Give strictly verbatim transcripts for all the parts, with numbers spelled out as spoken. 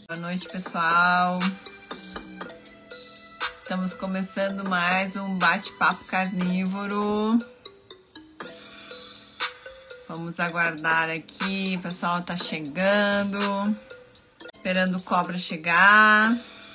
Boa noite, pessoal. Estamos começando mais um bate-papo carnívoro. Vamos aguardar aqui, o pessoal tá chegando. Esperando o Cobra chegar.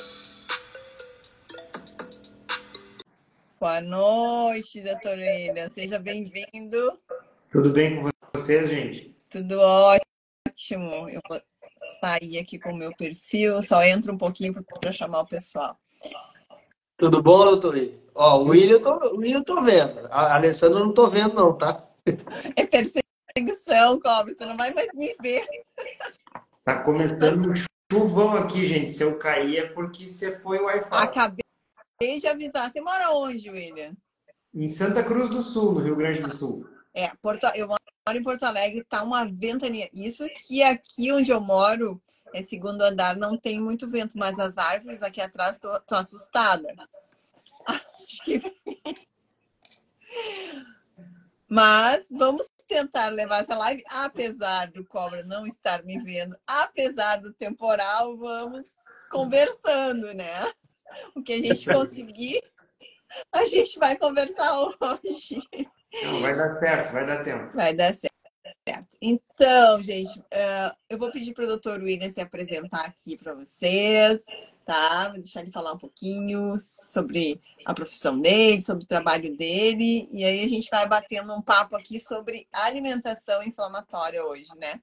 Boa noite, doutor William. Seja bem-vindo. Tudo bem com vocês, gente? Tudo ótimo. Eu vou sair aqui com o meu perfil, só entro um pouquinho para chamar o pessoal. Tudo bom, doutor William? Ó, o William eu tô, o William eu tô vendo. A Alessandra eu não tô vendo, não, tá? É perseguição, Cobra. Você não vai mais me ver. Tá começando um chuvão aqui, gente. Se eu cair é porque você foi o Wi-Fi. Acabei de avisar. Você mora onde, William? Em Santa Cruz do Sul, no Rio Grande do Sul. É, Porto, eu moro em Porto Alegre, tá uma ventania. Isso que aqui onde eu moro, é segundo andar, não tem muito vento, mas as árvores aqui atrás, tô, tô assustada. Acho que... Mas vamos tentar levar essa live, apesar do Cobra não estar me vendo, apesar do temporal, vamos conversando, né? O que a gente conseguir, a gente vai conversar hoje. Não, vai dar certo, vai dar tempo. Vai dar certo. Então, gente, uh, eu vou pedir para o doutor William se apresentar aqui para vocês, tá? Vou deixar ele falar um pouquinho sobre a profissão dele, sobre o trabalho dele, e aí a gente vai batendo um papo aqui sobre alimentação inflamatória hoje, né?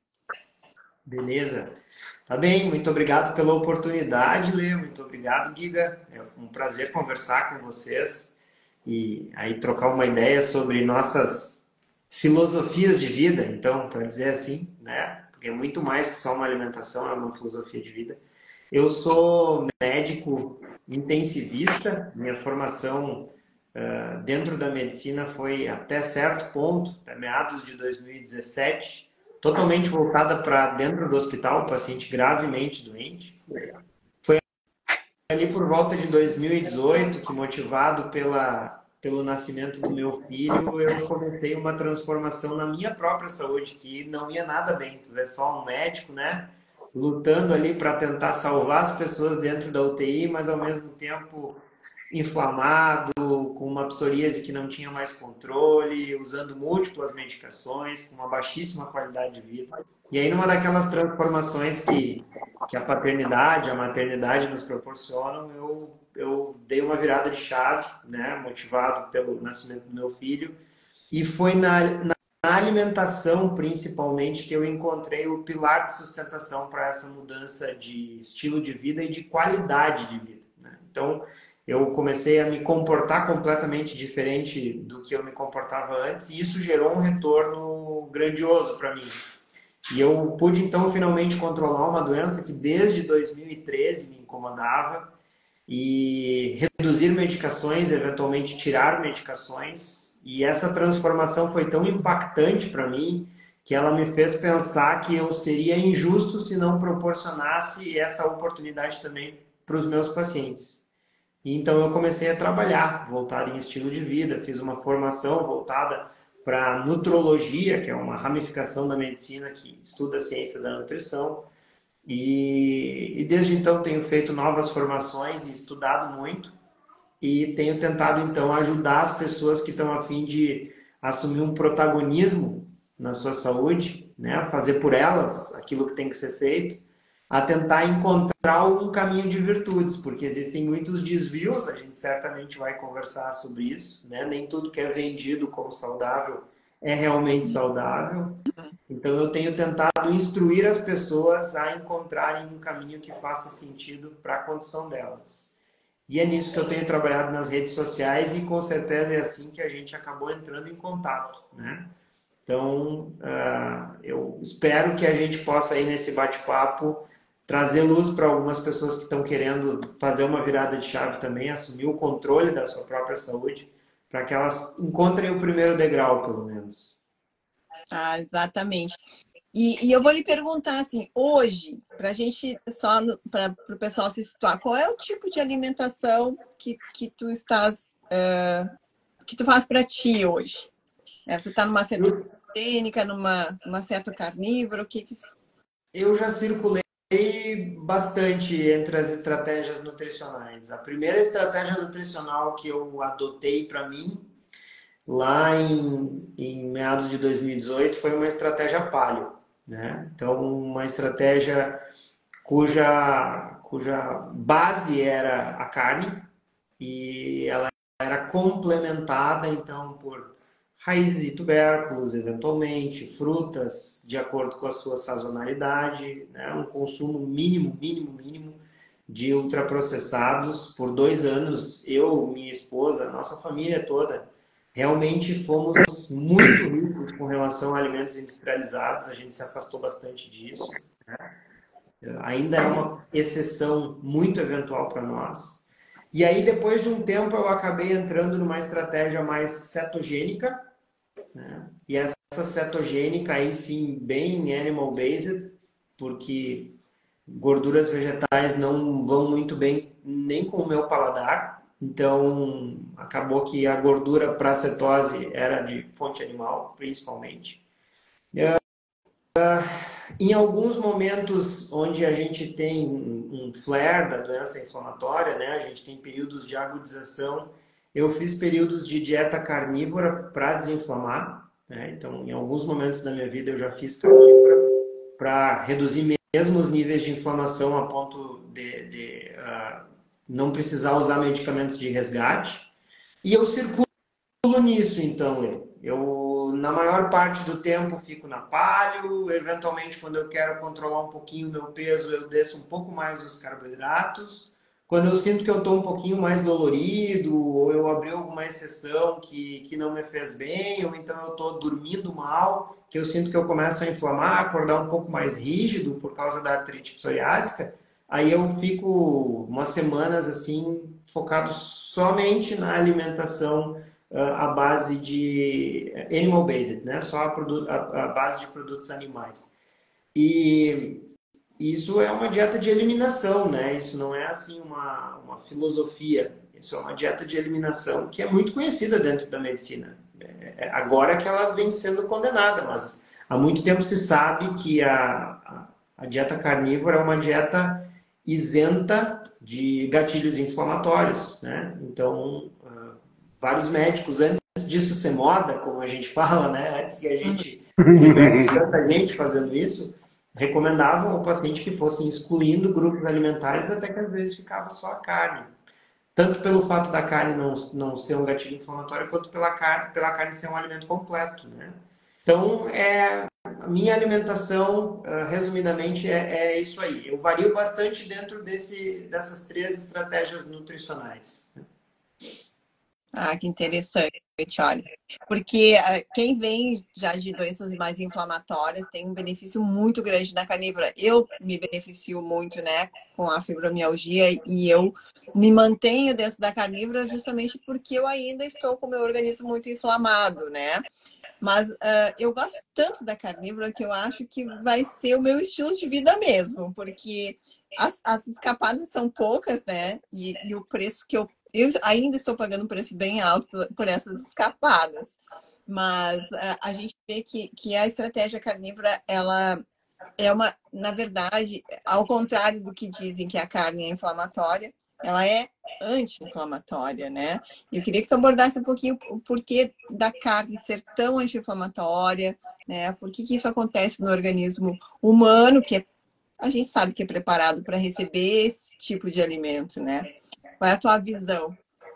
Beleza. Tá bem, muito obrigado pela oportunidade, Lê. Muito obrigado, Giga. É um prazer conversar com vocês e aí trocar uma ideia sobre nossas filosofias de vida, então, para dizer assim, né? Porque é muito mais que só uma alimentação, é uma filosofia de vida. Eu sou médico intensivista, minha formação uh, dentro da medicina foi até certo ponto, até meados de dois mil e dezessete, totalmente voltada para dentro do hospital, paciente gravemente doente. Foi ali por volta de dois mil e dezoito que, motivado pela pelo nascimento do meu filho, eu comecei uma transformação na minha própria saúde, que não ia nada bem. Tu vê só um médico, né, lutando ali para tentar salvar as pessoas dentro da U T I, mas ao mesmo tempo inflamado, com uma psoríase que não tinha mais controle, usando múltiplas medicações, com uma baixíssima qualidade de vida. E aí, numa daquelas transformações que, que a paternidade, a maternidade nos proporcionam, eu, eu dei uma virada de chave, né, motivado pelo nascimento do meu filho, e foi na, na alimentação, principalmente, que eu encontrei o pilar de sustentação para essa mudança de estilo de vida e de qualidade de vida, né? Então, eu comecei a me comportar completamente diferente do que eu me comportava antes, e isso gerou um retorno grandioso para mim. E eu pude, então, finalmente controlar uma doença que desde dois mil e treze me incomodava e reduzir medicações, eventualmente tirar medicações. E essa transformação foi tão impactante para mim que ela me fez pensar que eu seria injusto se não proporcionasse essa oportunidade também para os meus pacientes. E então eu comecei a trabalhar, voltado em estilo de vida, fiz uma formação voltada para nutrologia, que é uma ramificação da medicina que estuda a ciência da nutrição. E, e desde então tenho feito novas formações e estudado muito. E tenho tentado, então, ajudar as pessoas que estão a fim de assumir um protagonismo na sua saúde, né? Fazer por elas aquilo que tem que ser feito, a tentar encontrar um caminho de virtudes, porque existem muitos desvios, a gente certamente vai conversar sobre isso, né? Nem tudo que é vendido como saudável é realmente saudável. Então eu tenho tentado instruir as pessoas a encontrarem um caminho que faça sentido para a condição delas. E é nisso que eu tenho trabalhado nas redes sociais e com certeza é assim que a gente acabou entrando em contato, né? Então, uh, eu espero que a gente possa aí nesse bate-papo trazer luz para algumas pessoas que estão querendo fazer uma virada de chave também, assumir o controle da sua própria saúde, para que elas encontrem o primeiro degrau, pelo menos. Ah, exatamente. E, e eu vou lhe perguntar assim, hoje, para a gente, só para o pessoal se situar, qual é o tipo de alimentação que, que tu estás, uh, que tu faz para ti hoje? É, você está numa cetogênica, numa, numa ceto carnívora, o que que... Eu já circulei bastante entre as estratégias nutricionais. A primeira estratégia nutricional que eu adotei para mim, lá em, em meados de dois mil e dezoito, foi uma estratégia paleo, né? Então, uma estratégia cuja, cuja base era a carne e ela era complementada, então, por raízes e tubérculos, eventualmente, frutas, de acordo com a sua sazonalidade, né? Um consumo mínimo, mínimo, mínimo de ultraprocessados. Por dois anos, eu, minha esposa, nossa família toda, realmente fomos muito ricos com relação a alimentos industrializados, a gente se afastou bastante disso, né? Ainda é uma exceção muito eventual para nós. E aí, depois de um tempo, eu acabei entrando numa estratégia mais cetogênica, né? E essa cetogênica aí sim, bem animal-based, porque gorduras vegetais não vão muito bem nem com o meu paladar. Então, acabou que a gordura para cetose era de fonte animal, principalmente. Em alguns momentos onde a gente tem um flare da doença inflamatória, né? A gente tem períodos de agudização. Eu fiz períodos de dieta carnívora para desinflamar, né? Então, em alguns momentos da minha vida eu já fiz carnívora para reduzir mesmo os níveis de inflamação a ponto de, de uh, não precisar usar medicamentos de resgate. E eu circulo nisso, então, Lê. Eu, na maior parte do tempo, fico na paleo. Eventualmente, quando eu quero controlar um pouquinho o meu peso, eu desço um pouco mais os carboidratos. Quando eu sinto que eu estou um pouquinho mais dolorido, ou eu abri alguma exceção que, que não me fez bem, ou então eu estou dormindo mal, que eu sinto que eu começo a inflamar, acordar um pouco mais rígido por causa da artrite psoriásica, aí eu fico umas semanas assim, focado somente na alimentação a base de animal-based, né? Só a, a, a base de produtos animais. E isso é uma dieta de eliminação, né? Isso não é assim uma, uma filosofia. Isso é uma dieta de eliminação que é muito conhecida dentro da medicina. É, agora que ela vem sendo condenada, mas há muito tempo se sabe que a, a, a dieta carnívora é uma dieta isenta de gatilhos inflamatórios, né? Então, vários médicos, antes disso ser moda, como a gente fala, né? Antes que a gente tivesse tanta gente fazendo isso, recomendavam ao paciente que fossem excluindo grupos alimentares até que às vezes ficava só a carne. Tanto pelo fato da carne não, não ser um gatilho inflamatório, quanto pela carne, pela carne ser um alimento completo, né? Então, é, a minha alimentação, resumidamente, é, é isso aí. Eu vario bastante dentro desse, dessas três estratégias nutricionais. Ah, que interessante, olha. Porque uh, quem vem já de doenças mais inflamatórias tem um benefício muito grande na carnívora. Eu me beneficio muito, né, com a fibromialgia e eu me mantenho dentro da carnívora justamente porque eu ainda estou com o meu organismo muito inflamado, né? Mas uh, eu gosto tanto da carnívora que eu acho que vai ser o meu estilo de vida mesmo, porque as, as escapadas são poucas, né? E, e o preço que eu Eu ainda estou pagando um preço bem alto por, por essas escapadas, mas a, a gente vê que, que a estratégia carnívora, ela é uma, na verdade, ao contrário do que dizem que a carne é inflamatória, ela é anti-inflamatória, né? E eu queria que tu abordasse um pouquinho o porquê da carne ser tão anti-inflamatória, né? Por que que isso acontece no organismo humano, que é, a gente sabe que é preparado para receber esse tipo de alimento, né? Qual é a tua visão?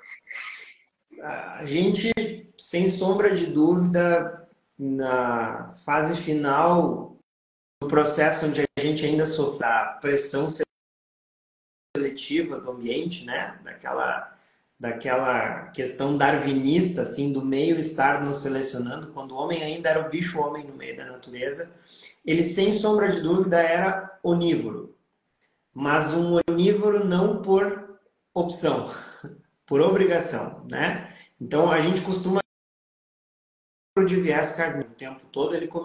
A gente, sem sombra de dúvida, na fase final do processo onde a gente ainda sofre a pressão seletiva do ambiente, né? Daquela, daquela questão darwinista, assim, do meio estar nos selecionando, quando o homem ainda era o bicho-homem no meio da natureza, ele, sem sombra de dúvida, era onívoro. Mas um onívoro não por opção, por obrigação, né? Então, a gente costuma de viés carne o tempo todo, ele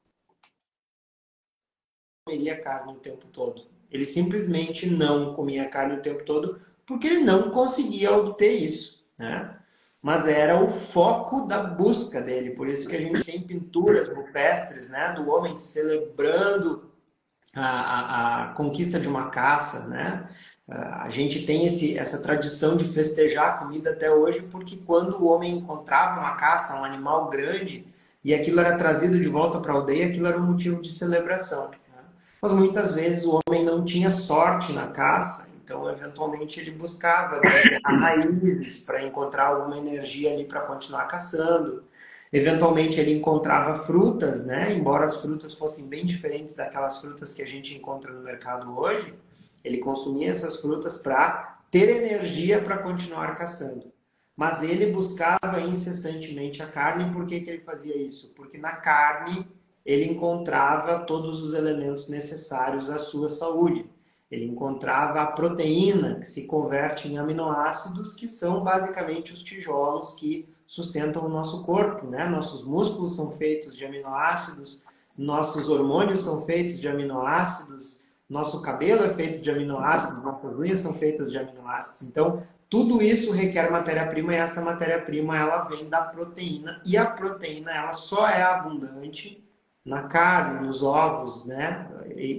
comeria carne o tempo todo. Ele simplesmente não comia carne o tempo todo porque ele não conseguia obter isso, né? Mas era o foco da busca dele. Por isso que a gente tem pinturas rupestres, né, do homem celebrando a, a, a conquista de uma caça, né? A gente tem esse, essa tradição de festejar a comida até hoje, porque quando o homem encontrava uma caça, um animal grande, e aquilo era trazido de volta para a aldeia, aquilo era um motivo de celebração. Né? Mas muitas vezes o homem não tinha sorte na caça, então eventualmente ele buscava deterrar raízes para encontrar alguma energia ali para continuar caçando. Eventualmente ele encontrava frutas, né? Embora as frutas fossem bem diferentes daquelas frutas que a gente encontra no mercado hoje, ele consumia essas frutas para ter energia para continuar caçando. Mas ele buscava incessantemente a carne. Por que que ele fazia isso? Porque na carne ele encontrava todos os elementos necessários à sua saúde. Ele encontrava a proteína, que se converte em aminoácidos, que são basicamente os tijolos que sustentam o nosso corpo, né? Nossos músculos são feitos de aminoácidos, nossos hormônios são feitos de aminoácidos, nosso cabelo é feito de aminoácidos, nossas unhas são feitas de aminoácidos. Então, tudo isso requer matéria-prima e essa matéria-prima ela vem da proteína. E a proteína ela só é abundante na carne, nos ovos, né?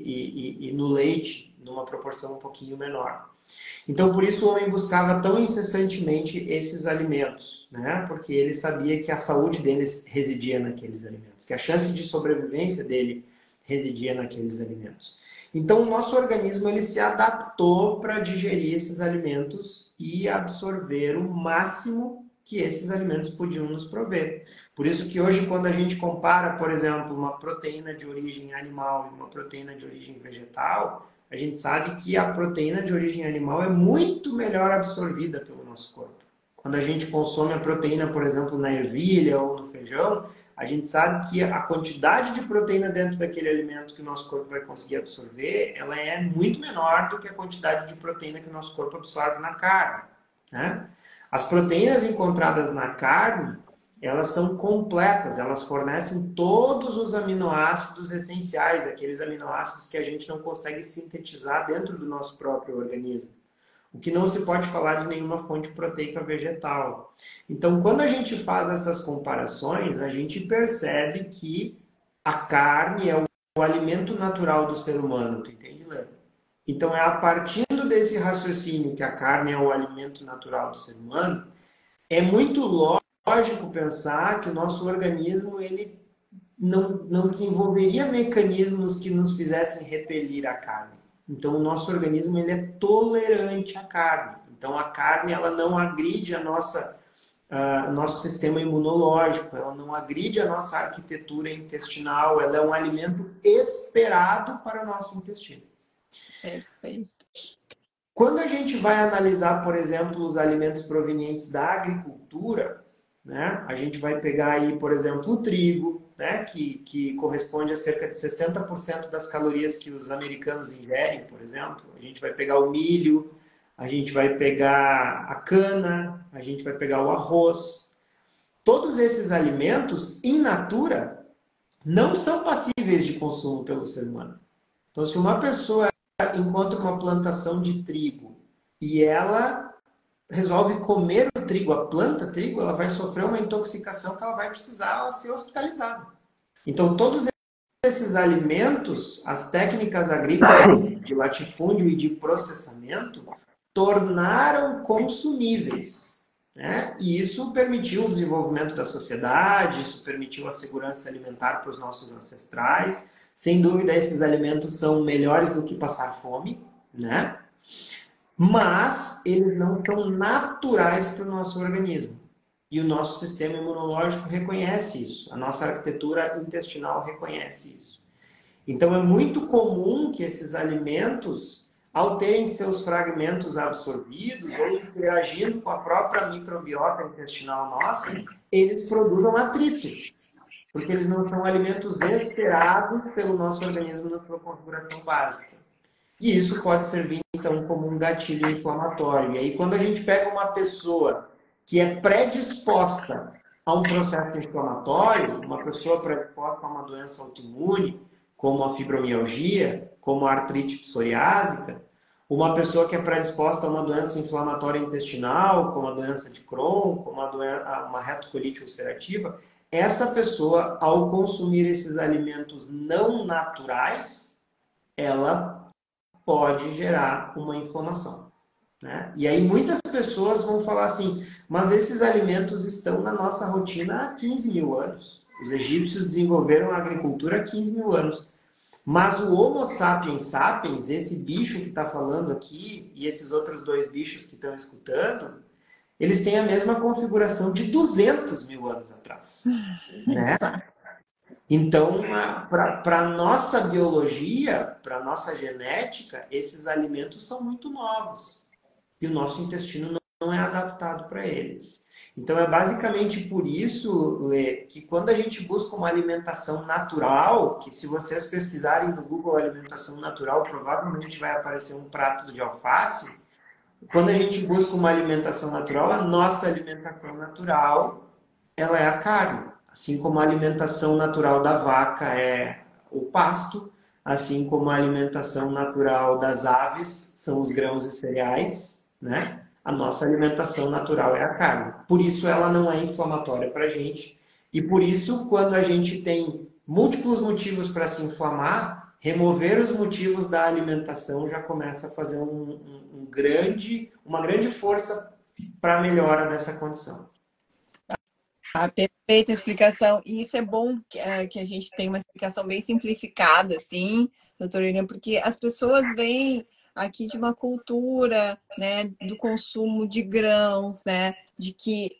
E, e, e no leite, numa proporção um pouquinho menor. Então, por isso o homem buscava tão incessantemente esses alimentos, né? Porque ele sabia que a saúde deles residia naqueles alimentos, que a chance de sobrevivência dele residia naqueles alimentos. Então, o nosso organismo ele se adaptou para digerir esses alimentos e absorver o máximo que esses alimentos podiam nos prover. Por isso que hoje, quando a gente compara, por exemplo, uma proteína de origem animal e uma proteína de origem vegetal, a gente sabe que a proteína de origem animal é muito melhor absorvida pelo nosso corpo. Quando a gente consome a proteína, por exemplo, na ervilha ou no feijão, a gente sabe que a quantidade de proteína dentro daquele alimento que o nosso corpo vai conseguir absorver, ela é muito menor do que a quantidade de proteína que o nosso corpo absorve na carne, né? As proteínas encontradas na carne, elas são completas, elas fornecem todos os aminoácidos essenciais, aqueles aminoácidos que a gente não consegue sintetizar dentro do nosso próprio organismo. O que não se pode falar de nenhuma fonte proteica vegetal. Então, quando a gente faz essas comparações, a gente percebe que a carne é o alimento natural do ser humano. Tu entende, Léo? Então, é a partir desse raciocínio que a carne é o alimento natural do ser humano, é muito lógico pensar que o nosso organismo ele não, não desenvolveria mecanismos que nos fizessem repelir a carne. Então, o nosso organismo ele é tolerante à carne. Então, a carne ela não agride a nossa, uh, nosso sistema imunológico, ela não agride a nossa arquitetura intestinal, ela é um alimento esperado para o nosso intestino. Perfeito. Quando a gente vai analisar, por exemplo, os alimentos provenientes da agricultura, né, a gente vai pegar aí, por exemplo, o trigo, né, que, que corresponde a cerca de sessenta por cento das calorias que os americanos ingerem, por exemplo. A gente vai pegar o milho, a gente vai pegar a cana, a gente vai pegar o arroz. Todos esses alimentos, in natura, não são passíveis de consumo pelo ser humano. Então, se uma pessoa encontra uma plantação de trigo e ela resolve comer o trigo, a planta trigo, ela vai sofrer uma intoxicação que ela vai precisar ser hospitalizada. Então, todos esses alimentos, as técnicas agrícolas de latifúndio e de processamento, tornaram consumíveis, né? E isso permitiu o desenvolvimento da sociedade, isso permitiu a segurança alimentar para os nossos ancestrais. Sem dúvida, esses alimentos são melhores do que passar fome, né? Mas eles não são naturais para o nosso organismo. E o nosso sistema imunológico reconhece isso. A nossa arquitetura intestinal reconhece isso. Então, é muito comum que esses alimentos, ao terem seus fragmentos absorvidos ou interagindo com a própria microbiota intestinal nossa, eles produzam atrito. Porque eles não são alimentos esperados pelo nosso organismo na sua configuração básica. E isso pode servir, então, como um gatilho inflamatório. E aí, quando a gente pega uma pessoa que é predisposta a um processo inflamatório, uma pessoa predisposta a uma doença autoimune, como a fibromialgia, como a artrite psoriásica, uma pessoa que é predisposta a uma doença inflamatória intestinal, como a doença de Crohn, como a doença, uma retocolite ulcerativa, essa pessoa, ao consumir esses alimentos não naturais, ela pode gerar uma inflamação, né? E aí muitas pessoas vão falar assim, mas esses alimentos estão na nossa rotina há quinze mil anos. Os egípcios desenvolveram a agricultura há quinze mil anos. Mas o Homo sapiens sapiens, esse bicho que está falando aqui, e esses outros dois bichos que estão escutando, eles têm a mesma configuração de duzentos mil anos atrás, né? Então, para a nossa biologia, para a nossa genética, esses alimentos são muito novos. E o nosso intestino não é adaptado para eles. Então, é basicamente por isso, Lê, que quando a gente busca uma alimentação natural, que se vocês pesquisarem no Google alimentação natural, provavelmente vai aparecer um prato de alface. Quando a gente busca uma alimentação natural, a nossa alimentação natural, ela é a carne. Assim como a alimentação natural da vaca é o pasto, assim como a alimentação natural das aves são os grãos e cereais, né? A nossa alimentação natural é a carne. Por isso ela não é inflamatória para a gente. E por isso, quando a gente tem múltiplos motivos para se inflamar, remover os motivos da alimentação já começa a fazer um, um, um grande, uma grande força para a melhora dessa condição. Ah, perfeita explicação. E isso é bom que, é, que a gente tenha uma explicação bem simplificada, assim, doutora Irina, porque as pessoas vêm aqui de uma cultura, né, do consumo de grãos, né, de que,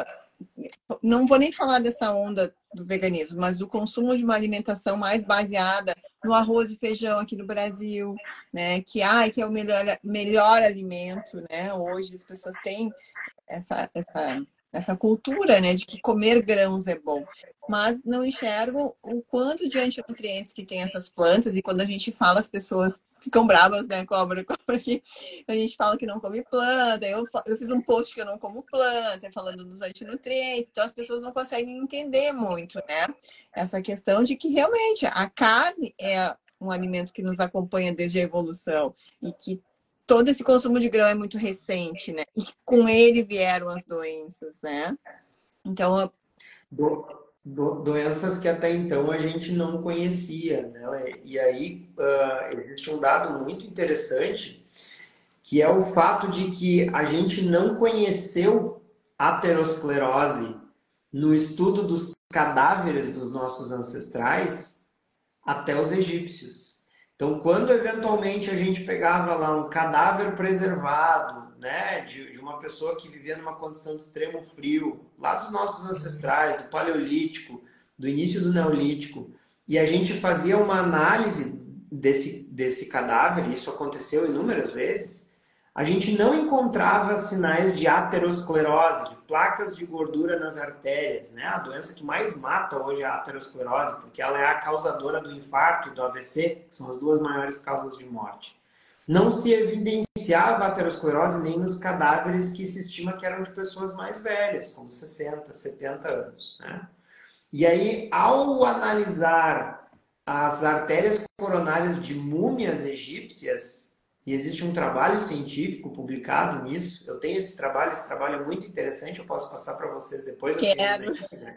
uh, não vou nem falar dessa onda do veganismo, mas do consumo de uma alimentação mais baseada no arroz e feijão aqui no Brasil, né, que, ai, que é o melhor, melhor alimento, né, hoje as pessoas têm essa... essa essa cultura, né, de que comer grãos é bom, mas não enxergam o quanto de antinutrientes que tem essas plantas, e quando a gente fala, as pessoas ficam bravas, né, cobra, cobra aqui, a gente fala que não come planta, eu, eu fiz um post que eu não como planta, falando dos antinutrientes, então as pessoas não conseguem entender muito, né, essa questão de que realmente a carne é um alimento que nos acompanha desde a evolução, e que todo esse consumo de grão é muito recente, né? E com ele vieram as doenças, né? Então... Do, do, doenças que até então a gente não conhecia, né? E aí uh, existe um dado muito interessante, que é o fato de que a gente não conheceu aterosclerose no estudo dos cadáveres dos nossos ancestrais até os egípcios. Então, quando eventualmente a gente pegava lá um cadáver preservado, né, de, de uma pessoa que vivia numa condição de extremo frio, lá dos nossos ancestrais, do Paleolítico, do início do Neolítico, e a gente fazia uma análise desse, desse cadáver, e isso aconteceu inúmeras vezes, a gente não encontrava sinais de aterosclerose, de placas de gordura nas artérias, né? A doença que mais mata hoje é a aterosclerose, porque ela é a causadora do infarto e do A V C, que são as duas maiores causas de morte. Não se evidenciava a aterosclerose nem nos cadáveres que se estima que eram de pessoas mais velhas, como sessenta, setenta anos, né? E aí, ao analisar as artérias coronárias de múmias egípcias, e existe um trabalho científico publicado nisso. Eu tenho esse trabalho, esse trabalho é muito interessante, eu posso passar para vocês depois. Quero.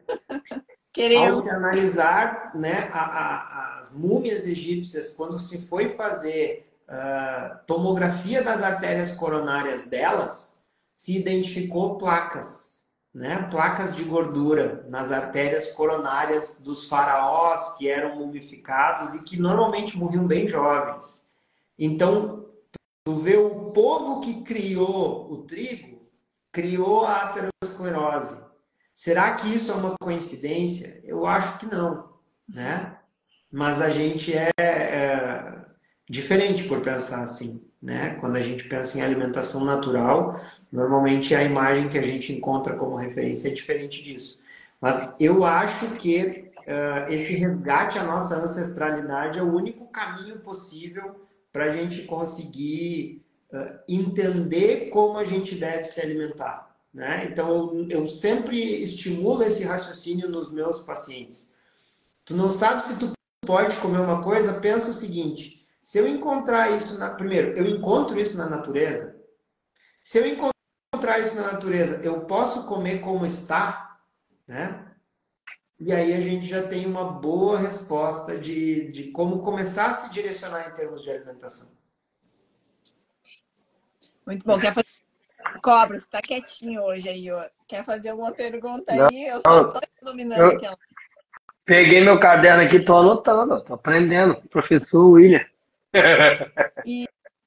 Queremos. Ao se analisar, né, a, a, as múmias egípcias, quando se foi fazer uh, tomografia das artérias coronárias delas, se identificou placas, né, placas de gordura nas artérias coronárias dos faraós que eram mumificados e que normalmente morriam bem jovens. Então, tu vê o povo que criou o trigo, criou a aterosclerose. Será que isso é uma coincidência? Eu acho que não, né? Mas a gente é, é diferente por pensar assim, né? Quando a gente pensa em alimentação natural, normalmente a imagem que a gente encontra como referência é diferente disso. Mas eu acho que uh, esse resgate à nossa ancestralidade é o único caminho possível para a gente conseguir uh, entender como a gente deve se alimentar, né? Então, eu, eu sempre estimulo esse raciocínio nos meus pacientes. Tu não sabe se tu pode comer uma coisa? Pensa o seguinte, se eu encontrar isso na... Primeiro, eu encontro isso na natureza? Se eu encontrar isso na natureza, eu posso comer como está? Né? e aí a gente já tem uma boa resposta de, de como começar a se direcionar em termos de alimentação. Muito bom. Quer fazer... Cobra, você tá quietinho hoje aí, ó. Quer fazer alguma pergunta Não, aí? Eu só tô dominando eu aquela. peguei meu caderno aqui, tô anotando, tô aprendendo. Professor William. E,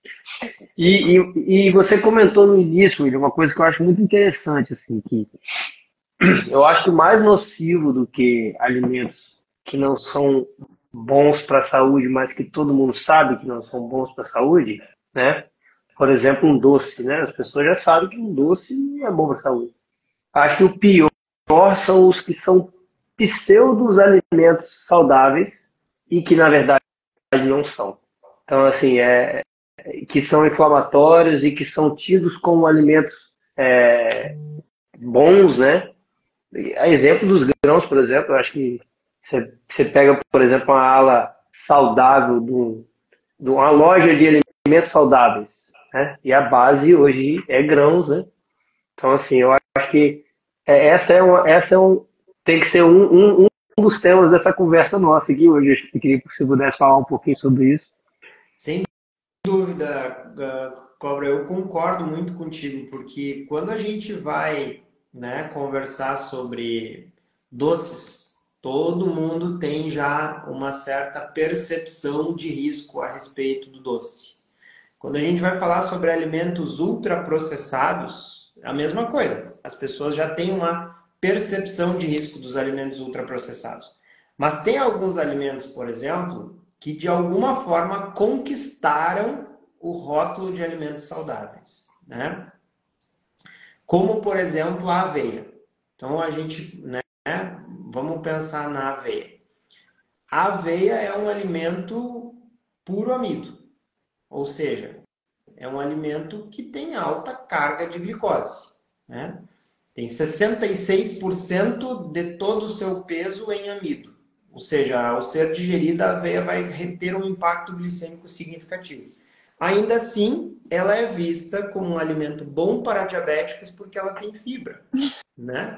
E, e, e você comentou no início, William, uma coisa que eu acho muito interessante, assim, que eu acho mais nocivo do que alimentos que não são bons para a saúde, mas que todo mundo sabe que não são bons para a saúde, né? Por exemplo, um doce, né? As pessoas já sabem que um doce não é bom para a saúde. Acho que o pior são os que são pseudos alimentos saudáveis e que, na verdade, não são. Então, assim, é, que são inflamatórios e que são tidos como alimentos é, bons, né? A exemplo dos grãos, por exemplo, eu acho que você, você pega, por exemplo, uma ala saudável de, um, de uma loja de alimentos saudáveis, né? E a base hoje é grãos, né? Então, assim, eu acho que é, essa é uma, essa é um, tem que ser um, um, um dos temas dessa conversa nossa aqui hoje. Eu queria que você pudesse falar um pouquinho sobre isso. Sem dúvida, Cobra, eu concordo muito contigo, porque quando a gente vai, né, conversar sobre doces, todo mundo tem já uma certa percepção de risco a respeito do doce. Quando a gente vai falar sobre alimentos ultraprocessados, é a mesma coisa. As pessoas já têm uma percepção de risco dos alimentos ultraprocessados. Mas tem alguns alimentos, por exemplo, que de alguma forma conquistaram o rótulo de alimentos saudáveis, né? Como, por exemplo, a aveia. Então, a gente, né, vamos pensar na aveia. A aveia é um alimento puro amido, ou seja, é um alimento que tem alta carga de glicose, né? Tem sessenta e seis por cento de todo o seu peso em amido. Ou seja, ao ser digerida, a aveia vai ter um impacto glicêmico significativo. Ainda assim, ela é vista como um alimento bom para diabéticos porque ela tem fibra, né?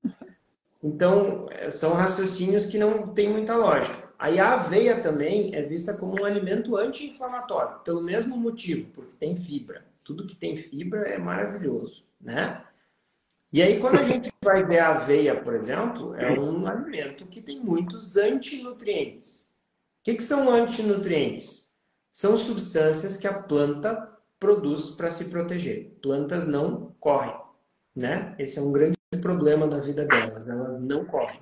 Então, são raciocínios que não têm muita lógica. Aí a aveia também é vista como um alimento anti-inflamatório, pelo mesmo motivo, porque tem fibra. Tudo que tem fibra é maravilhoso, né? E aí, quando a gente vai ver a aveia, por exemplo, é um alimento que tem muitos antinutrientes. O que, que são antinutrientes? São substâncias que a planta produz para se proteger. Plantas não correm, né? Esse é um grande problema na vida delas, elas não correm.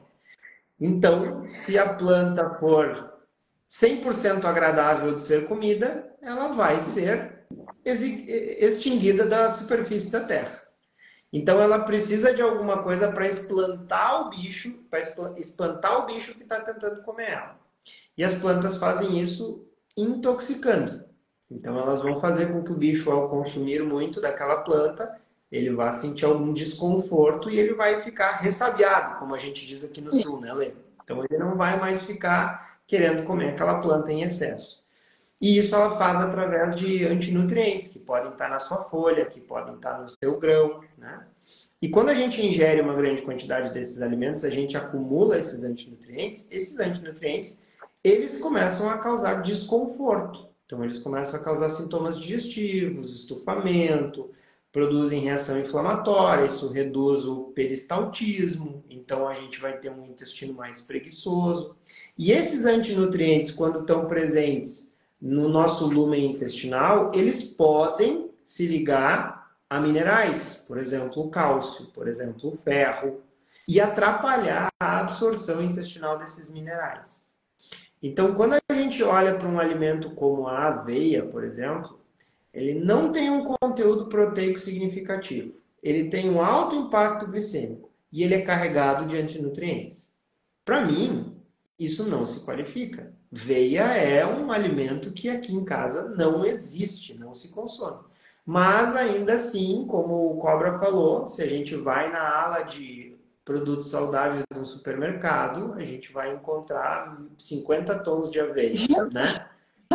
Então, se a planta for cem por cento agradável de ser comida, ela vai ser extinguida da superfície da Terra. Então, ela precisa de alguma coisa para espantar o bicho, para espantar o bicho que está tentando comer ela. E as plantas fazem isso intoxicando. Então, elas vão fazer com que o bicho, ao consumir muito daquela planta, ele vá sentir algum desconforto e ele vai ficar ressabiado, como a gente diz aqui no sul, né, Lê? Então, ele não vai mais ficar querendo comer aquela planta em excesso. E isso ela faz através de antinutrientes, que podem estar na sua folha, que podem estar no seu grão, né? E quando a gente ingere uma grande quantidade desses alimentos, a gente acumula esses antinutrientes, esses antinutrientes, eles começam a causar desconforto. Então, eles começam a causar sintomas digestivos, estufamento, produzem reação inflamatória, isso reduz o peristaltismo, então a gente vai ter um intestino mais preguiçoso. E esses antinutrientes, quando estão presentes no nosso lúmen intestinal, eles podem se ligar a minerais, por exemplo, o cálcio, por exemplo, o ferro, e atrapalhar a absorção intestinal desses minerais. Então, quando a gente olha para um alimento como a aveia, por exemplo, ele não tem um conteúdo proteico significativo. Ele tem um alto impacto glicêmico e ele é carregado de antinutrientes. Para mim, isso não se qualifica. Aveia é um alimento que aqui em casa não existe, não se consome. Mas ainda assim, como o Cobra falou, se a gente vai na ala de produtos saudáveis do supermercado, a gente vai encontrar cinquenta tons de aveia, né?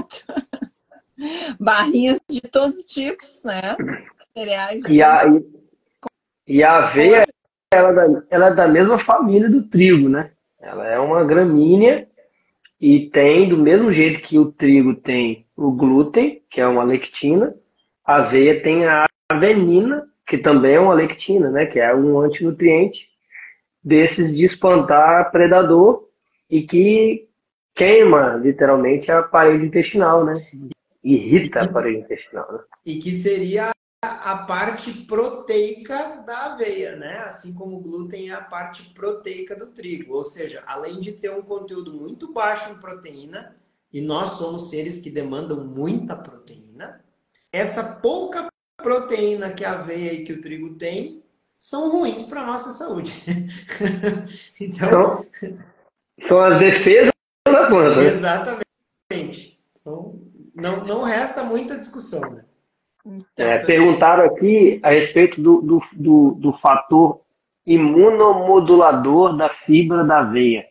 Barrinhas de todos os tipos, né? Cereais. E a, e, e a aveia, ela, ela é da mesma família do trigo, né? Ela é uma gramínea e tem, do mesmo jeito que o trigo tem o glúten, que é uma lectina, a aveia tem a avenina, que também é uma lectina, né? Que é um antinutriente desses de espantar predador e que queima, literalmente, a parede intestinal, né? Irrita a parede intestinal, né? E que seria a parte proteica da aveia, né? Assim como o glúten é a parte proteica do trigo. Ou seja, além de ter um conteúdo muito baixo em proteína, e nós somos seres que demandam muita proteína, essa pouca proteína que a aveia e que o trigo tem são ruins para a nossa saúde. Então, são, são as defesas da planta. Exatamente. Então, não, não resta muita discussão, né? Então, é, perguntaram aqui a respeito do, do, do, do fator imunomodulador da fibra da aveia.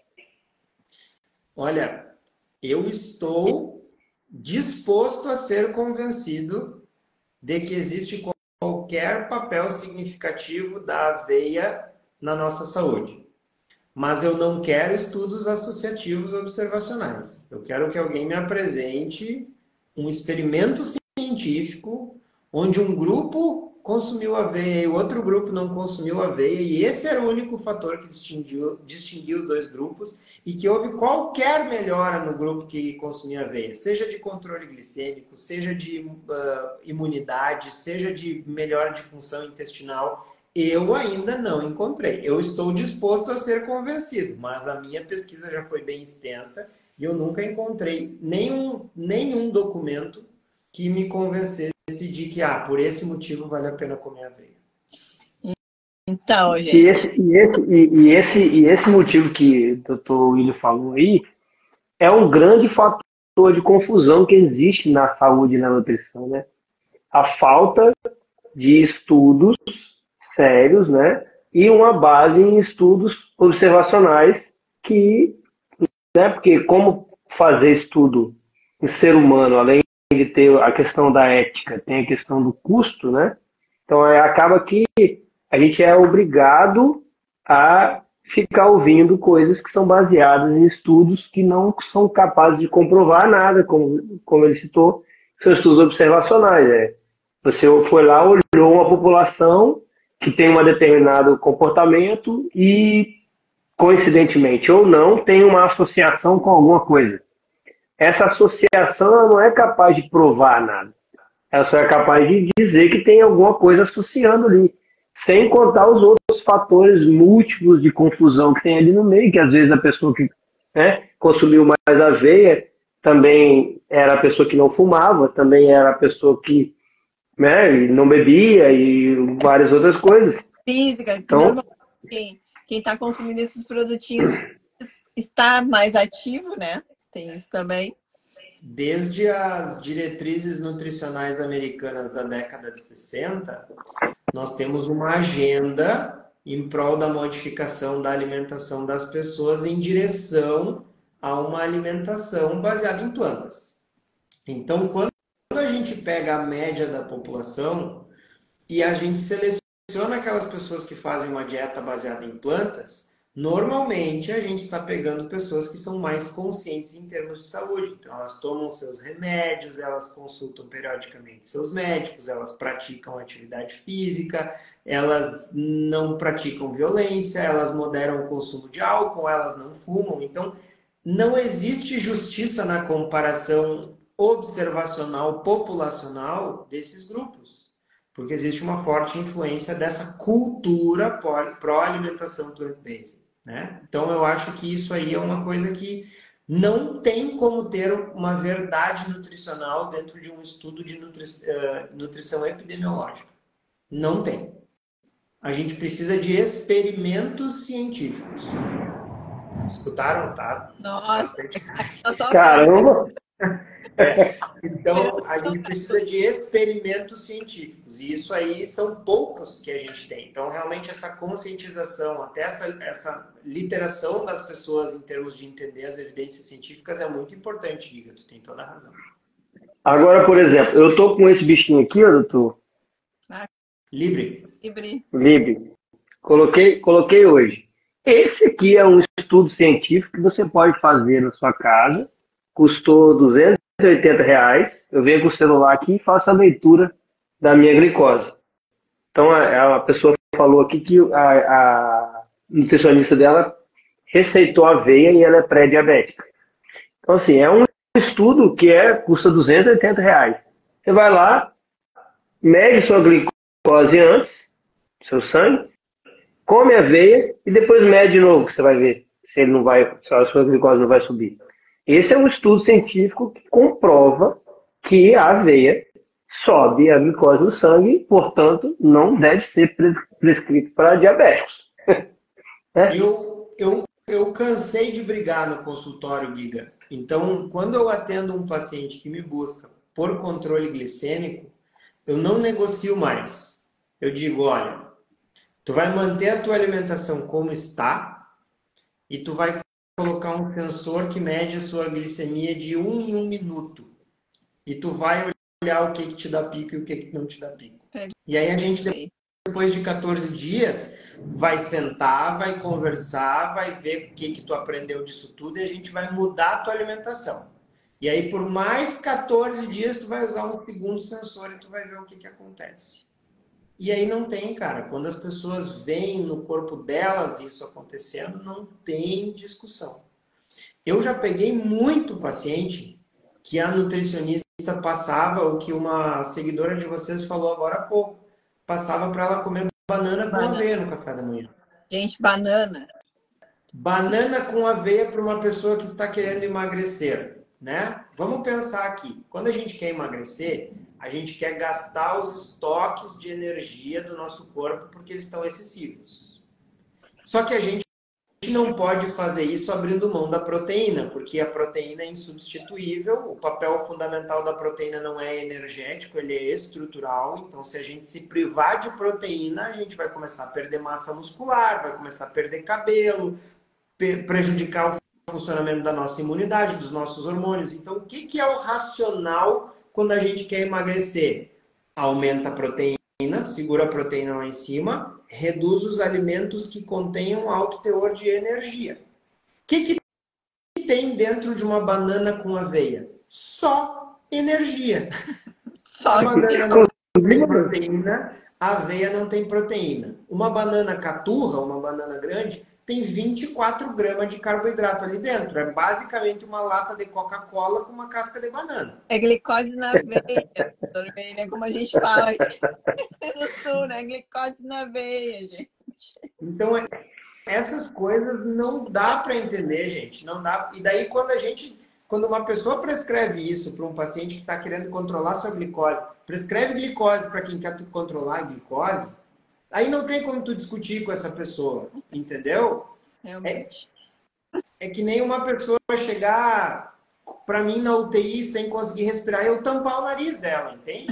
Olha, eu estou disposto a ser convencido de que existe qualquer papel significativo da aveia na nossa saúde. Mas eu não quero estudos associativos observacionais. Eu quero que alguém me apresente um experimento científico onde um grupo consumiu aveia e o outro grupo não consumiu aveia, e esse era o único fator que distinguiu, distinguiu os dois grupos, e que houve qualquer melhora no grupo que consumia aveia, seja de controle glicêmico, seja de uh, imunidade, seja de melhora de função intestinal. Eu ainda não encontrei. Eu estou disposto a ser convencido, mas a minha pesquisa já foi bem extensa e eu nunca encontrei nenhum, nenhum documento que me convencesse de que, ah, por esse motivo vale a pena comer aveia. Então, gente... E esse, e esse, e, e esse, e esse motivo que o doutor William falou aí é um grande fator de confusão que existe na saúde e na nutrição, né? A falta de estudos sérios, né? E uma base em estudos observacionais que, né? Porque como fazer estudo em ser humano, além de ter a questão da ética, tem a questão do custo, né? Então é, acaba que a gente é obrigado a ficar ouvindo coisas que são baseadas em estudos que não são capazes de comprovar nada, como, como ele citou, são estudos observacionais. É. Você foi lá, olhou uma população que tem um determinado comportamento e, coincidentemente ou não, tem uma associação com alguma coisa. Essa associação ela não é capaz de provar nada. Ela só é capaz de dizer que tem alguma coisa associando ali. Sem contar os outros fatores múltiplos de confusão que tem ali no meio, que às vezes a pessoa que, né, consumiu mais aveia também era a pessoa que não fumava, também era a pessoa que, né, não bebia e várias outras coisas. Física, então, normalmente quem está consumindo esses produtinhos está mais ativo, né? Tem isso também. Desde as diretrizes nutricionais americanas da década de sessenta, nós temos uma agenda em prol da modificação da alimentação das pessoas em direção a uma alimentação baseada em plantas. Então, quando a gente pega a média da população e a gente seleciona aquelas pessoas que fazem uma dieta baseada em plantas, normalmente a gente está pegando pessoas que são mais conscientes em termos de saúde. Então, elas tomam seus remédios, elas consultam periodicamente seus médicos, elas praticam atividade física, elas não praticam violência, elas moderam o consumo de álcool, elas não fumam. Então, não existe justiça na comparação observacional populacional desses grupos, porque existe uma forte influência dessa cultura pró-alimentação plant-based, né? Então, eu acho que isso aí é uma coisa que não tem como ter uma verdade nutricional dentro de um estudo de nutri uh, nutrição epidemiológica. Não tem. A gente precisa de experimentos científicos. Escutaram, tá? Nossa! Caramba! É, então, a gente precisa de experimentos científicos, e isso aí são poucos que a gente tem. Então, realmente, essa conscientização, até essa, essa literação das pessoas em termos de entender as evidências científicas é muito importante, Giga, tu tem toda a razão. Agora, por exemplo, eu tô com esse bichinho aqui, ó, doutor. Libre. Libre. Libre. Coloquei, coloquei hoje. Esse aqui é um estudo científico que você pode fazer na sua casa. Custou duzentos e oitenta reais. Eu venho com o celular aqui e faço a leitura da minha glicose. Então, a, a pessoa falou aqui que a, a nutricionista dela receitou aveia e ela é pré-diabética. Então, assim, é um estudo que é, custa duzentos e oitenta reais. Você vai lá, mede sua glicose antes, seu sangue, come aveia e depois mede de novo, que você vai ver se ele não vai, se a sua glicose não vai subir. Esse é um estudo científico que comprova que a aveia sobe a glicose no sangue, portanto, não deve ser prescrito para diabéticos. É? Eu, eu, eu cansei de brigar no consultório, Giga. Então, quando eu atendo um paciente que me busca por controle glicêmico, eu não negocio mais. Eu digo, olha, tu vai manter a tua alimentação como está e tu vai colocar um sensor que mede a sua glicemia de um em um minuto. E tu vai olhar o que, que te dá pico e o que, que não te dá pico. E aí a gente, depois de quatorze dias, vai sentar, vai conversar, vai ver o que, que tu aprendeu disso tudo e a gente vai mudar a tua alimentação. E aí, por mais quatorze dias, tu vai usar um segundo sensor e tu vai ver o que, que acontece. E aí não tem, cara. Quando as pessoas veem no corpo delas isso acontecendo, não tem discussão. Eu já peguei muito paciente que a nutricionista passava o que uma seguidora de vocês falou agora há pouco. Passava para ela comer banana com Banana. aveia no café da manhã. Gente, banana. Banana com aveia para uma pessoa que está querendo emagrecer, né? Vamos pensar aqui. Quando a gente quer emagrecer, a gente quer gastar os estoques de energia do nosso corpo porque eles estão excessivos. Só que a gente não pode fazer isso abrindo mão da proteína, porque a proteína é insubstituível. O papel fundamental da proteína não é energético, ele é estrutural. Então, se a gente se privar de proteína, a gente vai começar a perder massa muscular, vai começar a perder cabelo, prejudicar o funcionamento da nossa imunidade, dos nossos hormônios. Então, o que é o racional quando a gente quer emagrecer? Aumenta a proteína, segura a proteína lá em cima, reduz os alimentos que contenham alto teor de energia. O que, que tem dentro de uma banana com aveia? Só energia. Só a banana não tem proteína, a aveia não tem proteína. Uma banana caturra, uma banana grande, tem vinte e quatro gramas de carboidrato ali dentro. É basicamente uma lata de Coca-Cola com uma casca de banana. É glicose na veia, né? Como a gente fala aqui no sul, né? Glicose na veia, gente. Então, essas coisas não dá para entender, gente. Não dá. E daí, quando a gente, quando uma pessoa prescreve isso para um paciente que está querendo controlar sua glicose, prescreve glicose para quem quer controlar a glicose, aí não tem como tu discutir com essa pessoa, entendeu? Realmente. É, é que nem uma pessoa chegar para mim na U T I sem conseguir respirar e eu tampar o nariz dela, entende?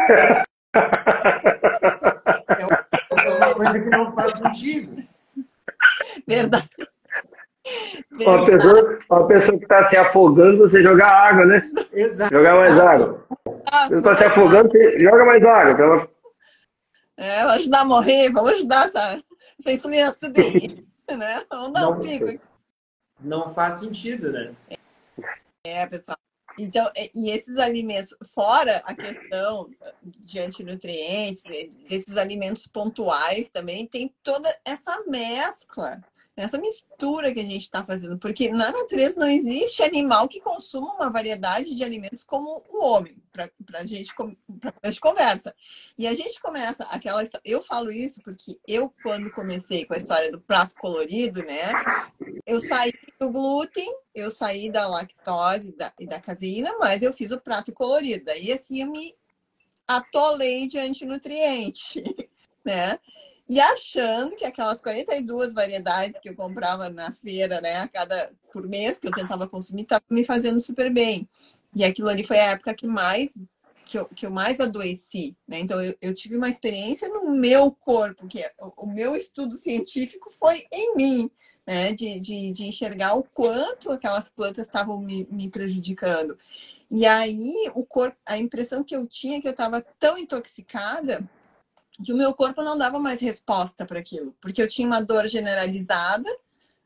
É uma coisa que não faz sentido. Verdade. Uma pessoa, uma pessoa que está se afogando, você jogar água, né? Exato. Jogar mais água. Ah, Você está se afogando, você joga mais água. Ela... É, vamos ajudar a morrer, vamos ajudar essa, essa insulina a subir, né? Vamos dar um pico. Não faz sentido, né? É, pessoal. Então, e esses alimentos, fora a questão de antinutrientes, desses alimentos pontuais também, tem toda essa mescla, essa mistura que a gente está fazendo. Porque na natureza não existe animal que consuma uma variedade de alimentos como o homem, para a gente, pra gente conversa. E a gente começa aquela história. Eu falo isso porque eu, quando comecei com a história do prato colorido, né? Eu saí do glúten, eu saí da lactose da, e da caseína, mas eu fiz o prato colorido. Daí, assim, eu me atolei de antinutriente, né? E achando que aquelas quarenta e duas variedades que eu comprava na feira, né, a cada por mês que eu tentava consumir, estava me fazendo super bem. E aquilo ali foi a época que mais que eu, que eu mais adoeci, né? Então eu, eu tive uma experiência no meu corpo, que é, o, o meu estudo científico foi em mim, né? De, de, de enxergar o quanto aquelas plantas estavam me, me prejudicando. E aí o corpo, a impressão que eu tinha é que eu estava tão intoxicada que o meu corpo não dava mais resposta para aquilo, porque eu tinha uma dor generalizada,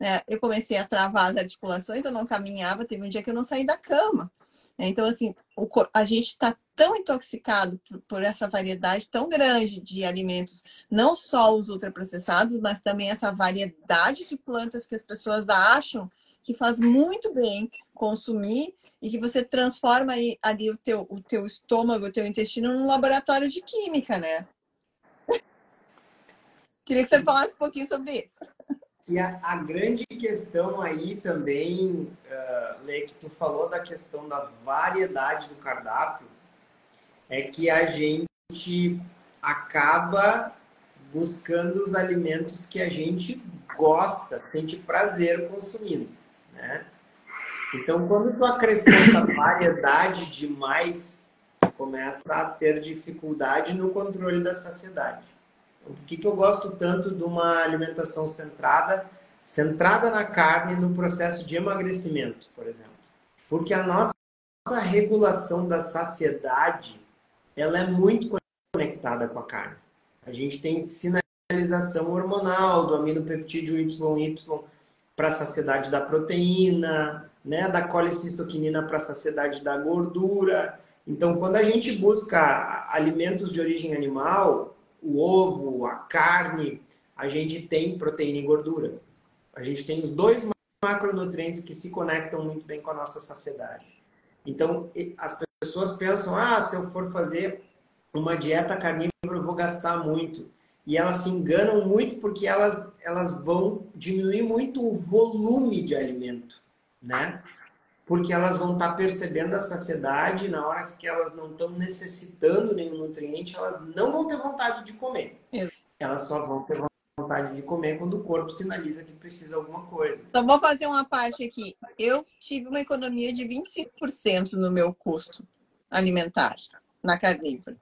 né? Eu comecei a travar as articulações, eu não caminhava, teve um dia que eu não saí da cama. Então, assim, o, a gente está tão intoxicado por, por essa variedade tão grande de alimentos, não só os ultraprocessados, mas também essa variedade de plantas que as pessoas acham que faz muito bem consumir e que você transforma aí, ali o teu, o teu estômago, o teu intestino num laboratório de química, né? Queria que você falasse um pouquinho sobre isso. E a, a grande questão aí também, uh, Lê, que tu falou da questão da variedade do cardápio, é que a gente acaba buscando os alimentos que a gente gosta, sente prazer consumindo, né? Então, quando tu acrescenta variedade demais, tu começa a ter dificuldade no controle da saciedade. Por que que eu gosto tanto de uma alimentação centrada, centrada na carne no processo de emagrecimento, por exemplo? Porque a nossa regulação da saciedade, ela é muito conectada com a carne. A gente tem sinalização hormonal do aminopeptídeo Y Y para a saciedade da proteína, né, da colecistoquinina para a saciedade da gordura. Então, quando a gente busca alimentos de origem animal, o ovo, a carne, a gente tem proteína e gordura. A gente tem os dois macronutrientes que se conectam muito bem com a nossa saciedade. Então, as pessoas pensam, ah, se eu for fazer uma dieta carnívora, eu vou gastar muito. E elas se enganam muito porque elas, elas vão diminuir muito o volume de alimento, né? Porque elas vão estar percebendo a saciedade, na hora que elas não estão necessitando nenhum nutriente, elas não vão ter vontade de comer. Elas só vão ter vontade de comer quando o corpo sinaliza que precisa alguma coisa. Então, vou fazer uma parte aqui. Eu tive uma economia de vinte e cinco por cento no meu custo alimentar, na carnívora.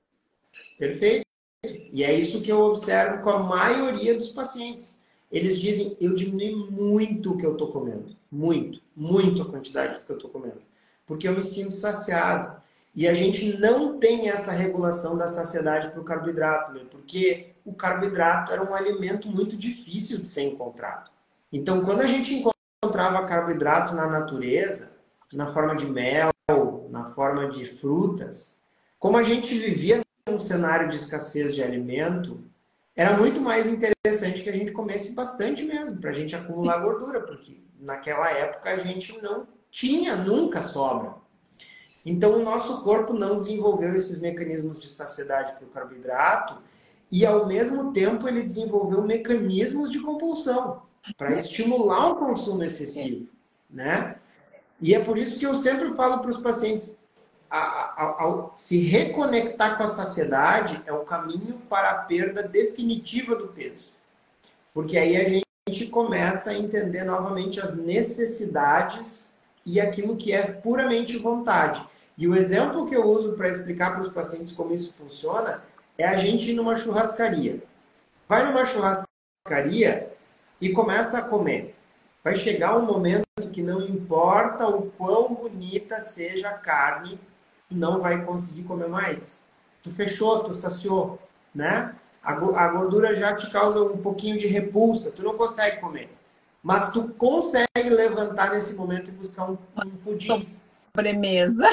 Perfeito. E é isso que eu observo com a maioria dos pacientes. Eles dizem, eu diminui muito o que eu estou comendo. Muito, muito a quantidade do que eu estou comendo. Porque eu me sinto saciado. E a gente não tem essa regulação da saciedade para o carboidrato, né? Porque o carboidrato era um alimento muito difícil de ser encontrado. Então, quando a gente encontrava carboidrato na natureza, na forma de mel, na forma de frutas, como a gente vivia num cenário de escassez de alimento, era muito mais interessante que a gente comesse bastante mesmo, para a gente acumular gordura, porque naquela época a gente não tinha nunca sobra. Então o nosso corpo não desenvolveu esses mecanismos de saciedade para o carboidrato e ao mesmo tempo ele desenvolveu mecanismos de compulsão para estimular o consumo excessivo, né? E é por isso que eu sempre falo para os pacientes, a, a, a, se reconectar com a saciedade é o caminho para a perda definitiva do peso. Porque aí a gente começa a entender novamente as necessidades e aquilo que é puramente vontade. E o exemplo que eu uso para explicar para os pacientes como isso funciona é a gente ir numa churrascaria. Vai numa churrascaria e começa a comer. Vai chegar um momento que não importa o quão bonita seja a carne, tu não vai conseguir comer mais. Tu fechou, tu saciou, né? A gordura já te causa um pouquinho de repulsa, tu não consegue comer. Mas tu consegue levantar nesse momento e buscar um, um pudim. Sobremesa.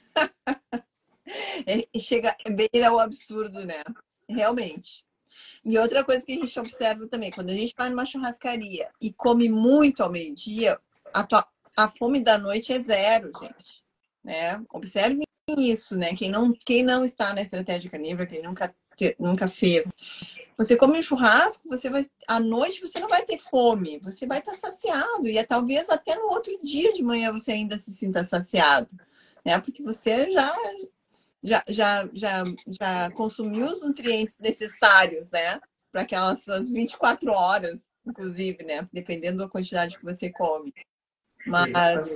Chega beira o absurdo, né? Realmente. E outra coisa que a gente observa também, quando a gente vai numa churrascaria e come muito ao meio-dia, a, tua, a fome da noite é zero, gente. Né? Observe isso, né? Quem não, quem não está na estratégia carnívora, quem nunca, te, nunca fez. Você come um churrasco, você vai, à noite você não vai ter fome, você vai estar saciado. E é, talvez até no outro dia de manhã você ainda se sinta saciado. Né? Porque você já... Já, já, já, já consumiu os nutrientes necessários, né? Para aquelas suas vinte e quatro horas, inclusive, né? Dependendo da quantidade que você come. Mas...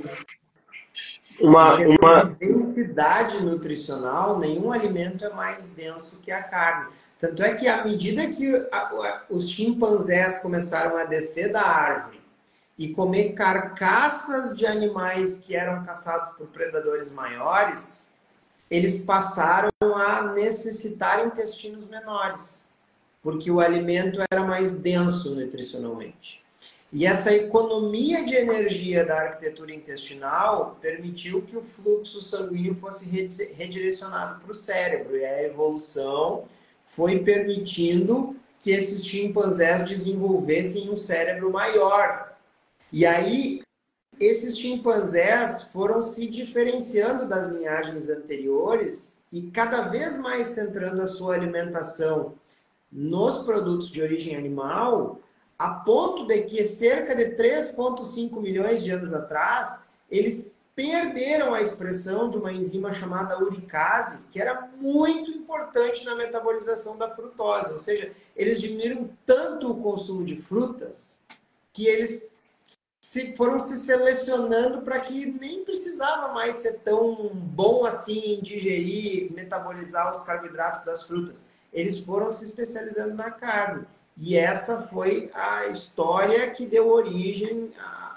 Uma, uma... densidade nutricional, nenhum alimento é mais denso que a carne. Tanto é que à medida que a, a, os chimpanzés começaram a descer da árvore e comer carcaças de animais que eram caçados por predadores maiores, eles passaram a necessitar intestinos menores, porque o alimento era mais denso nutricionalmente. E essa economia de energia da arquitetura intestinal permitiu que o fluxo sanguíneo fosse redirecionado para o cérebro. E a evolução foi permitindo que esses chimpanzés desenvolvessem um cérebro maior. E aí, esses chimpanzés foram se diferenciando das linhagens anteriores e cada vez mais centrando a sua alimentação nos produtos de origem animal, a ponto de que cerca de três vírgula cinco milhões de anos atrás, eles perderam a expressão de uma enzima chamada uricase, que era muito importante na metabolização da frutose. Ou seja, eles diminuíram tanto o consumo de frutas que eles se, foram se selecionando para que nem precisava mais ser tão bom assim em digerir, metabolizar os carboidratos das frutas. Eles foram se especializando na carne. E essa foi a história que deu origem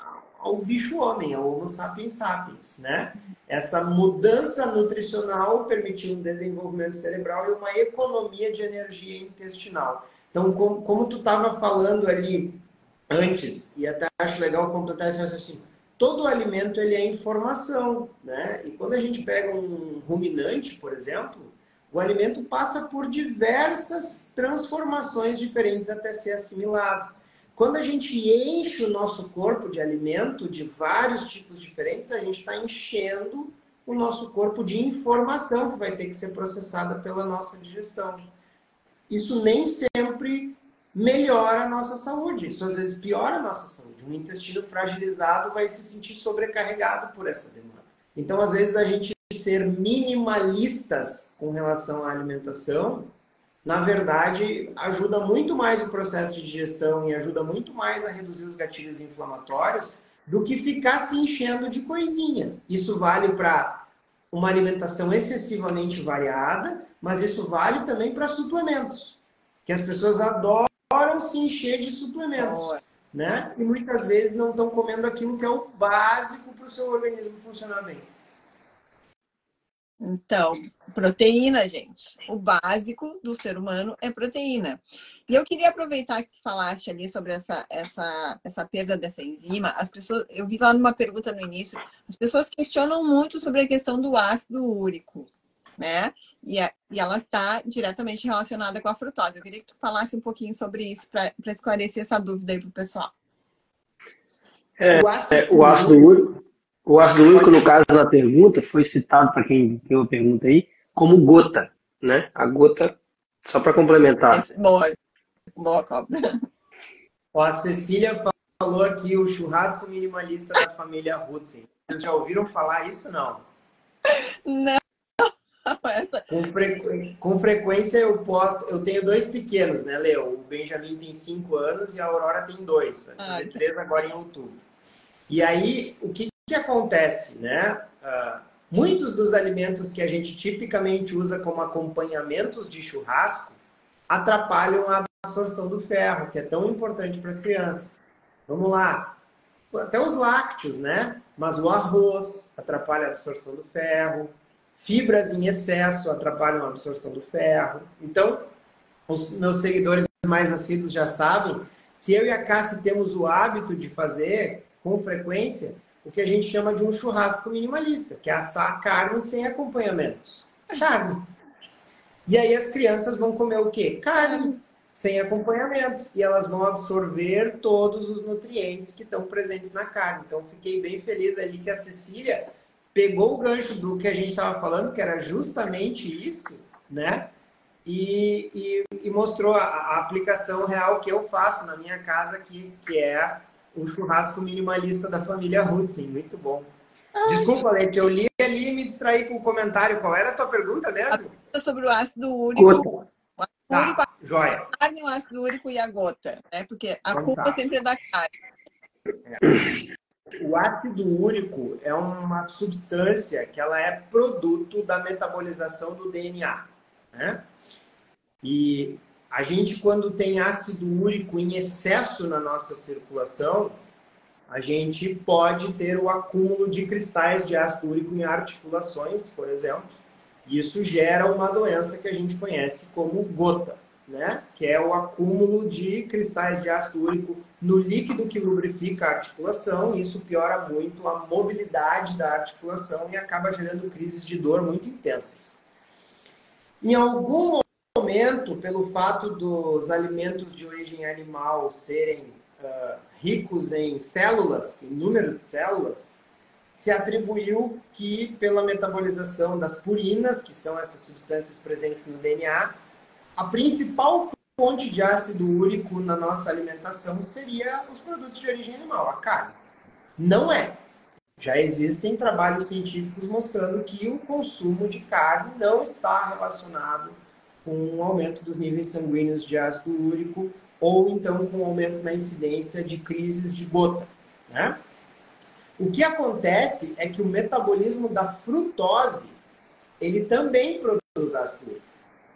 ao bicho-homem, ao Homo sapiens sapiens, né? Essa mudança nutricional permitiu um desenvolvimento cerebral e uma economia de energia intestinal. Então, como, como tu estava falando ali antes, e até acho legal completar esse raciocínio, todo alimento ele é informação, né? E quando a gente pega um ruminante, por exemplo, o alimento passa por diversas transformações diferentes até ser assimilado. Quando a gente enche o nosso corpo de alimento de vários tipos diferentes, a gente está enchendo o nosso corpo de informação que vai ter que ser processada pela nossa digestão. Isso nem sempre melhora a nossa saúde. Isso às vezes piora a nossa saúde. Um intestino fragilizado vai se sentir sobrecarregado por essa demanda. Então, às vezes, a gente ser minimalistas com relação à alimentação, na verdade, ajuda muito mais o processo de digestão e ajuda muito mais a reduzir os gatilhos inflamatórios do que ficar se enchendo de coisinha. Isso vale para uma alimentação excessivamente variada, mas isso vale também para suplementos, que as pessoas adoram se encher de suplementos, oh. né? E muitas vezes não estão comendo aquilo que é o básico para o seu organismo funcionar bem. Então, proteína, gente. O básico do ser humano é proteína. E eu queria aproveitar que tu falaste ali sobre essa, essa, essa perda dessa enzima. As pessoas, eu vi lá numa pergunta no início, as pessoas questionam muito sobre a questão do ácido úrico, né? E, a, e ela está diretamente relacionada com a frutose. Eu queria que tu falasse um pouquinho sobre isso para esclarecer essa dúvida aí para o pessoal. É, o ácido, é, o ácido úrico. O ácido úrico, no caso da pergunta, foi citado, para quem deu a pergunta aí, como gota, né? A gota, só para complementar. Esse, boa, boa cobra. A Cecília falou aqui o churrasco minimalista da família Hutzen. Vocês já ouviram falar isso, não? Não. Essa... Com, frequ... Com frequência eu posto... Eu tenho dois pequenos, né, Leo? O Benjamin tem cinco anos e a Aurora tem dois. Vai fazer ah, três agora em outubro. E aí, o que O que acontece, né? Uh, muitos dos alimentos que a gente tipicamente usa como acompanhamentos de churrasco atrapalham a absorção do ferro, que é tão importante para as crianças. Vamos lá. Até os lácteos, né? Mas o arroz atrapalha a absorção do ferro. Fibras em excesso atrapalham a absorção do ferro. Então, os meus seguidores mais assíduos já sabem que eu e a Cássia temos o hábito de fazer, com frequência, o que a gente chama de um churrasco minimalista, que é assar carne sem acompanhamentos. Carne. E aí as crianças vão comer o quê? Carne, sem acompanhamentos. E elas vão absorver todos os nutrientes que estão presentes na carne. Então, fiquei bem feliz ali que a Cecília pegou o gancho do que a gente estava falando, que era justamente isso, né? E, e, e mostrou a, a aplicação real que eu faço na minha casa aqui, que é o churrasco minimalista da família Hutzen. Muito bom. Desculpa, Lente, eu li ali e me distraí com o comentário. Qual era a tua pergunta mesmo? A pergunta sobre o ácido úrico. O ácido tá, úrico, joia. A carne, o ácido úrico e a gota, né? Porque a então, culpa tá. sempre é da carne. É. O ácido úrico é uma substância que ela é produto da metabolização do D N A, né? E a gente, quando tem ácido úrico em excesso na nossa circulação, a gente pode ter o acúmulo de cristais de ácido úrico em articulações, por exemplo. E isso gera uma doença que a gente conhece como gota, né? Que é o acúmulo de cristais de ácido úrico no líquido que lubrifica a articulação. Isso piora muito a mobilidade da articulação e acaba gerando crises de dor muito intensas. Em algum momento, pelo fato dos alimentos de origem animal serem uh, ricos em células, em número de células, se atribuiu que, pela metabolização das purinas, que são essas substâncias presentes no D N A, a principal fonte de ácido úrico na nossa alimentação seria os produtos de origem animal, a carne. Não é. Já existem trabalhos científicos mostrando que o consumo de carne não está relacionado com um aumento dos níveis sanguíneos de ácido úrico ou então com um aumento na incidência de crises de gota, né? O que acontece é que o metabolismo da frutose, ele também produz ácido úrico.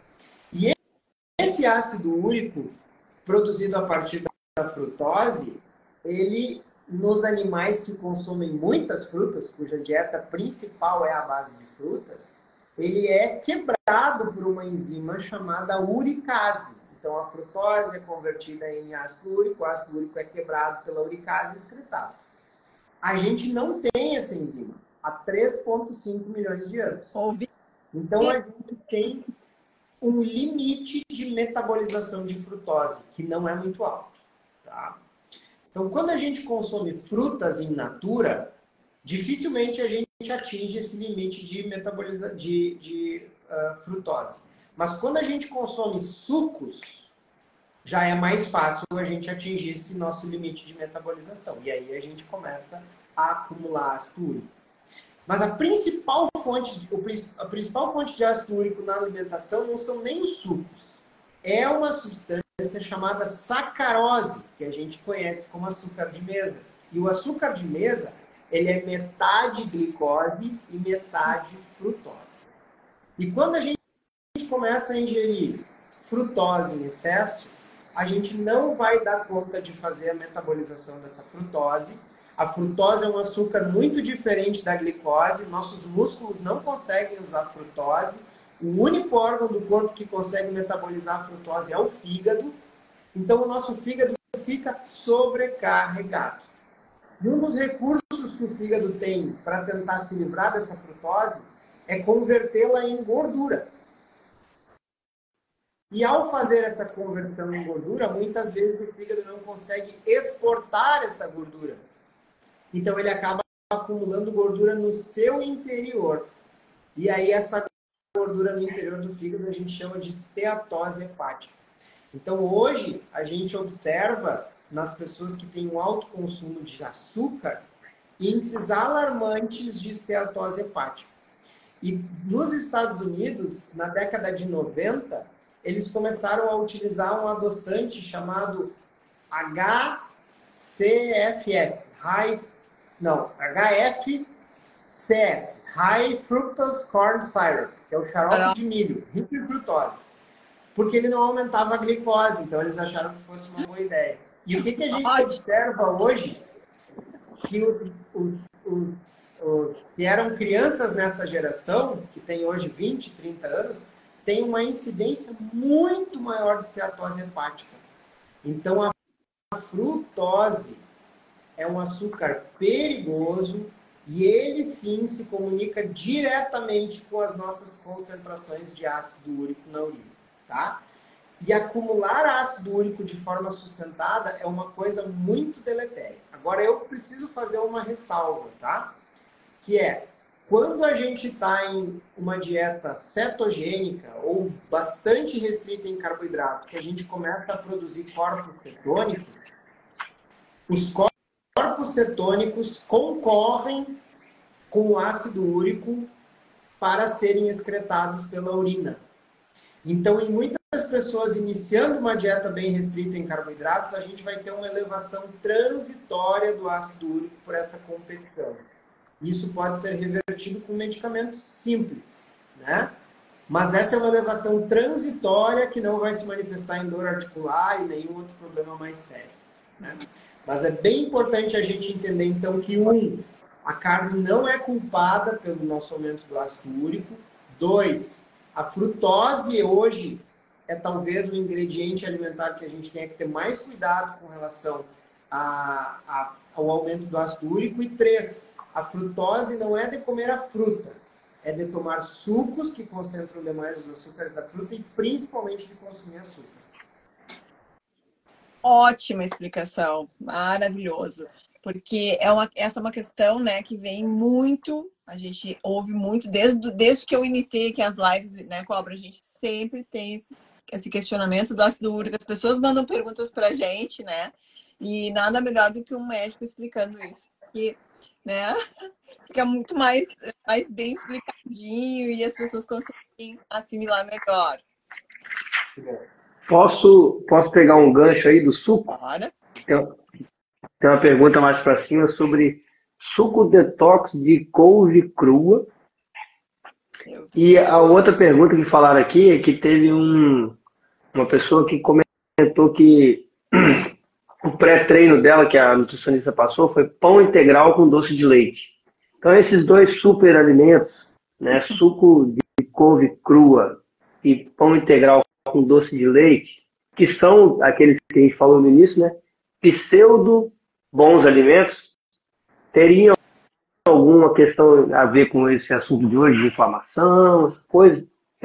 E esse ácido úrico produzido a partir da frutose, ele, nos animais que consomem muitas frutas, cuja dieta principal é a base de frutas, ele é quebrado por uma enzima chamada uricase. Então, a frutose é convertida em ácido úrico, o ácido úrico é quebrado pela uricase e excretado. A gente não tem essa enzima há três vírgula cinco milhões de anos. Então, a gente tem um limite de metabolização de frutose, que não é muito alto. Tá? Então, quando a gente consome frutas in natura, dificilmente a gente atinge esse limite de, metaboliza... de, de uh, frutose. Mas quando a gente consome sucos, já é mais fácil a gente atingir esse nosso limite de metabolização. E aí a gente começa a acumular ácido úrico. Mas a principal fonte, a principal fonte de ácido úrico na alimentação não são nem os sucos. É uma substância chamada sacarose, que a gente conhece como açúcar de mesa. E o açúcar de mesa, ele é metade glicose e metade frutose. E quando a gente começa a ingerir frutose em excesso, a gente não vai dar conta de fazer a metabolização dessa frutose. A frutose é um açúcar muito diferente da glicose. Nossos músculos não conseguem usar frutose. O único órgão do corpo que consegue metabolizar a frutose é o fígado. Então, o nosso fígado fica sobrecarregado. E um dos recursos que o fígado tem para tentar se livrar dessa frutose é convertê-la em gordura. E ao fazer essa conversão em gordura, muitas vezes o fígado não consegue exportar essa gordura. Então ele acaba acumulando gordura no seu interior. E aí essa gordura no interior do fígado a gente chama de esteatose hepática. Então hoje a gente observa nas pessoas que têm um alto consumo de açúcar índices alarmantes de esteatose hepática. E nos Estados Unidos, na década de noventa, eles começaram a utilizar um adoçante chamado H C F S, High, não, H F C S, High Fructose Corn Syrup, que é o xarope de milho, rico em frutose. Porque ele não aumentava a glicose, então eles acharam que fosse uma boa ideia. E o que, que a gente observa hoje? Que os, os, os, os que eram crianças nessa geração, que tem hoje vinte, trinta anos, tem uma incidência muito maior de esteatose hepática. Então, a frutose é um açúcar perigoso e ele sim se comunica diretamente com as nossas concentrações de ácido úrico na urina, tá? E acumular ácido úrico de forma sustentada é uma coisa muito deletéria. Agora, eu preciso fazer uma ressalva, tá? Que é, quando a gente está em uma dieta cetogênica ou bastante restrita em carboidrato, que a gente começa a produzir corpos cetônicos, os corpos cetônicos concorrem com o ácido úrico para serem excretados pela urina. Então, em muitas pessoas iniciando uma dieta bem restrita em carboidratos, a gente vai ter uma elevação transitória do ácido úrico por essa competição. Isso pode ser revertido com medicamentos simples, né? Mas essa é uma elevação transitória que não vai se manifestar em dor articular e nenhum outro problema mais sério, né? Mas é bem importante a gente entender, então, que, um, a carne não é culpada pelo nosso aumento do ácido úrico. Dois, a frutose hoje é talvez o ingrediente alimentar que a gente tenha que ter mais cuidado com relação a, a, ao aumento do ácido úrico. E três, a frutose não é de comer a fruta, é de tomar sucos que concentram demais os açúcares da fruta e principalmente de consumir açúcar. Ótima explicação, maravilhoso. Porque é uma, essa é uma questão, né, que vem muito, a gente ouve muito, desde, desde que eu iniciei aqui as lives, né, Cobra, a gente sempre tem esse, esse questionamento do ácido úrico, as pessoas mandam perguntas pra gente, né, e nada melhor do que um médico explicando isso, porque, né, fica muito mais, mais bem explicadinho e as pessoas conseguem assimilar melhor. Posso, posso pegar um gancho aí do suco? Bora. Tem, tem uma pergunta mais para cima sobre suco detox de couve crua. E a outra pergunta que falaram aqui é que teve um, uma pessoa que comentou que o pré-treino dela, que a nutricionista passou, foi pão integral com doce de leite. Então, esses dois super alimentos, né, suco de couve crua e pão integral com doce de leite, que são aqueles que a gente falou no início, né, pseudo bons alimentos, teriam alguma questão a ver com esse assunto de hoje, de inflamação, essas coisas?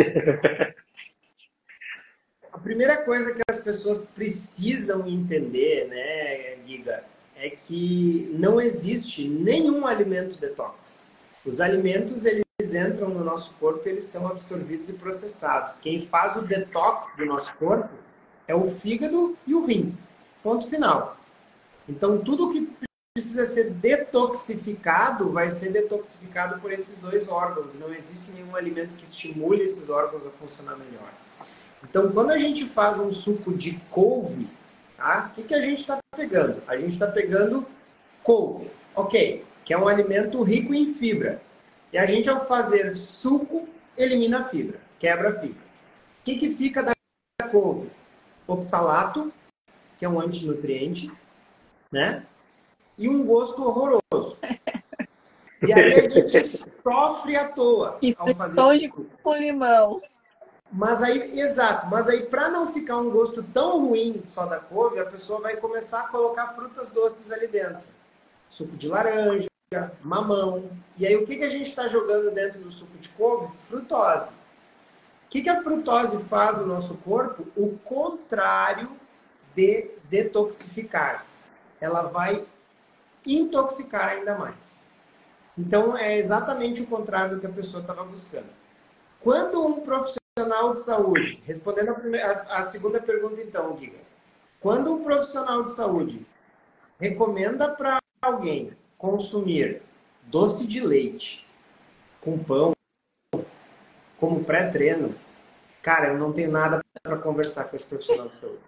A primeira coisa que as pessoas precisam entender, né, Giga, é que não existe nenhum alimento detox. Os alimentos, eles entram no nosso corpo e eles são absorvidos e processados. Quem faz o detox do nosso corpo é o fígado e o rim. Ponto final. Então, tudo que precisa ser detoxificado vai ser detoxificado por esses dois órgãos. Não existe nenhum alimento que estimule esses órgãos a funcionar melhor. Então, quando a gente faz um suco de couve, tá? O que, que a gente está pegando? A gente está pegando couve, ok, que é um alimento rico em fibra. E a gente, ao fazer suco, elimina a fibra, quebra a fibra. O que, que fica da couve? Oxalato, que é um antinutriente, né? E um gosto horroroso. E aí a gente sofre à toa ao fazer suco. Com limão. Mas aí, exato, mas aí para não ficar um gosto tão ruim só da couve, a pessoa vai começar a colocar frutas doces ali dentro. Suco de laranja, mamão. E aí o que, que a gente está jogando dentro do suco de couve? Frutose. O que, que a frutose faz no nosso corpo? O contrário de detoxificar. Ela vai intoxicar ainda mais. Então é exatamente o contrário do que a pessoa estava buscando. Quando um profissional de saúde, respondendo a, primeira, a, a segunda pergunta então, Giga, quando um profissional de saúde recomenda para alguém consumir doce de leite com pão como pré-treino, cara, eu não tenho nada para conversar com esse profissional de saúde.